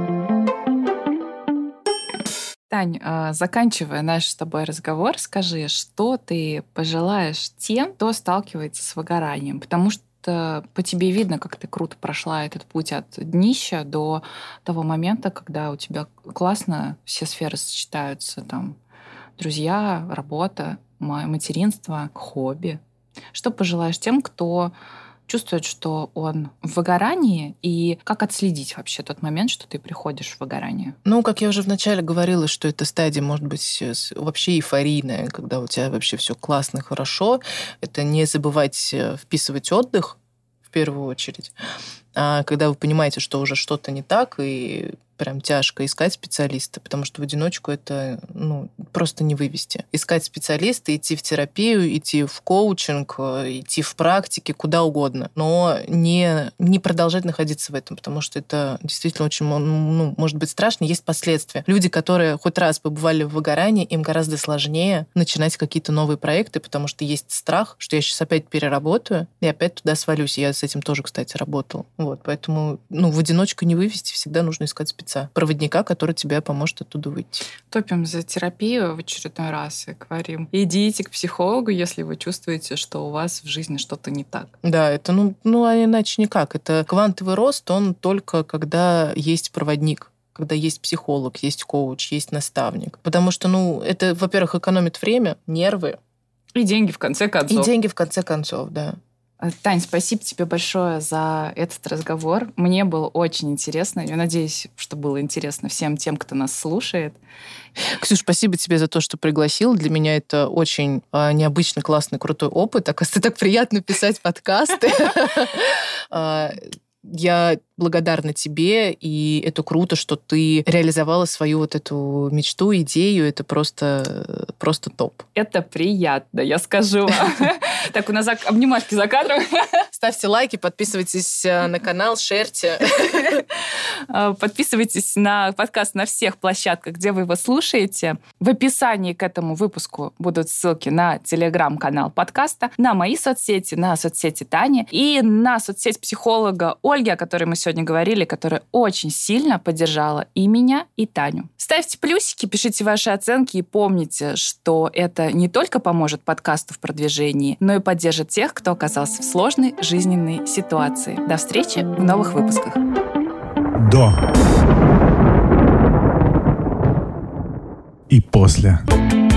Тань, заканчивая наш с тобой разговор, скажи, что ты пожелаешь тем, кто сталкивается с выгоранием? Потому что по тебе видно, как ты круто прошла этот путь от днища до того момента, когда у тебя классно все сферы сочетаются, друзья, работа, материнство, хобби. Что пожелаешь тем, кто чувствует, что он в выгорании, и как отследить вообще тот момент, что ты приходишь в выгорание? Как я уже вначале говорила, что эта стадия может быть вообще эйфорийная, когда у тебя вообще все классно, хорошо. Это не забывать вписывать отдых в первую очередь. А когда вы понимаете, что уже что-то не так, и прям тяжко искать специалиста, потому что в одиночку это просто не вывести. Искать специалиста, идти в терапию, идти в коучинг, идти в практике, куда угодно. Но не продолжать находиться в этом, потому что это действительно очень, может быть страшно, есть последствия. Люди, которые хоть раз побывали в выгорании, им гораздо сложнее начинать какие-то новые проекты, потому что есть страх, что я сейчас опять переработаю и опять туда свалюсь. Я с этим тоже, кстати, работала. Поэтому в одиночку не вывести, всегда нужно искать проводника, который тебе поможет оттуда выйти. Топим за терапию в очередной раз и говорим: идите к психологу, если вы чувствуете, что у вас в жизни что-то не так. Да, это а иначе никак. Это квантовый рост, он только когда есть проводник, когда есть психолог, есть коуч, есть наставник. Потому что, это, во-первых, экономит время, нервы. И деньги, в конце концов. Да. Тань, спасибо тебе большое за этот разговор. Мне было очень интересно. Я надеюсь, что было интересно всем тем, кто нас слушает. Ксюш, спасибо тебе за то, что пригласил. Для меня это очень необычный, классный, крутой опыт. Оказывается, так приятно писать подкасты. Я благодарна тебе, и это круто, что ты реализовала свою эту мечту, идею. Это просто топ. Это приятно, я скажу вам. Так, у нас обнимашки за кадром. Ставьте лайки, подписывайтесь на канал, шерьте. Подписывайтесь на подкаст на всех площадках, где вы его слушаете. В описании к этому выпуску будут ссылки на телеграм-канал подкаста, на мои соцсети, на соцсети Тани и на соцсеть психолога Ольге, о которой мы сегодня говорили, которая очень сильно поддержала и меня, и Таню. Ставьте плюсики, пишите ваши оценки и помните, что это не только поможет подкасту в продвижении, но и поддержит тех, кто оказался в сложной жизненной ситуации. До встречи в новых выпусках. До и после.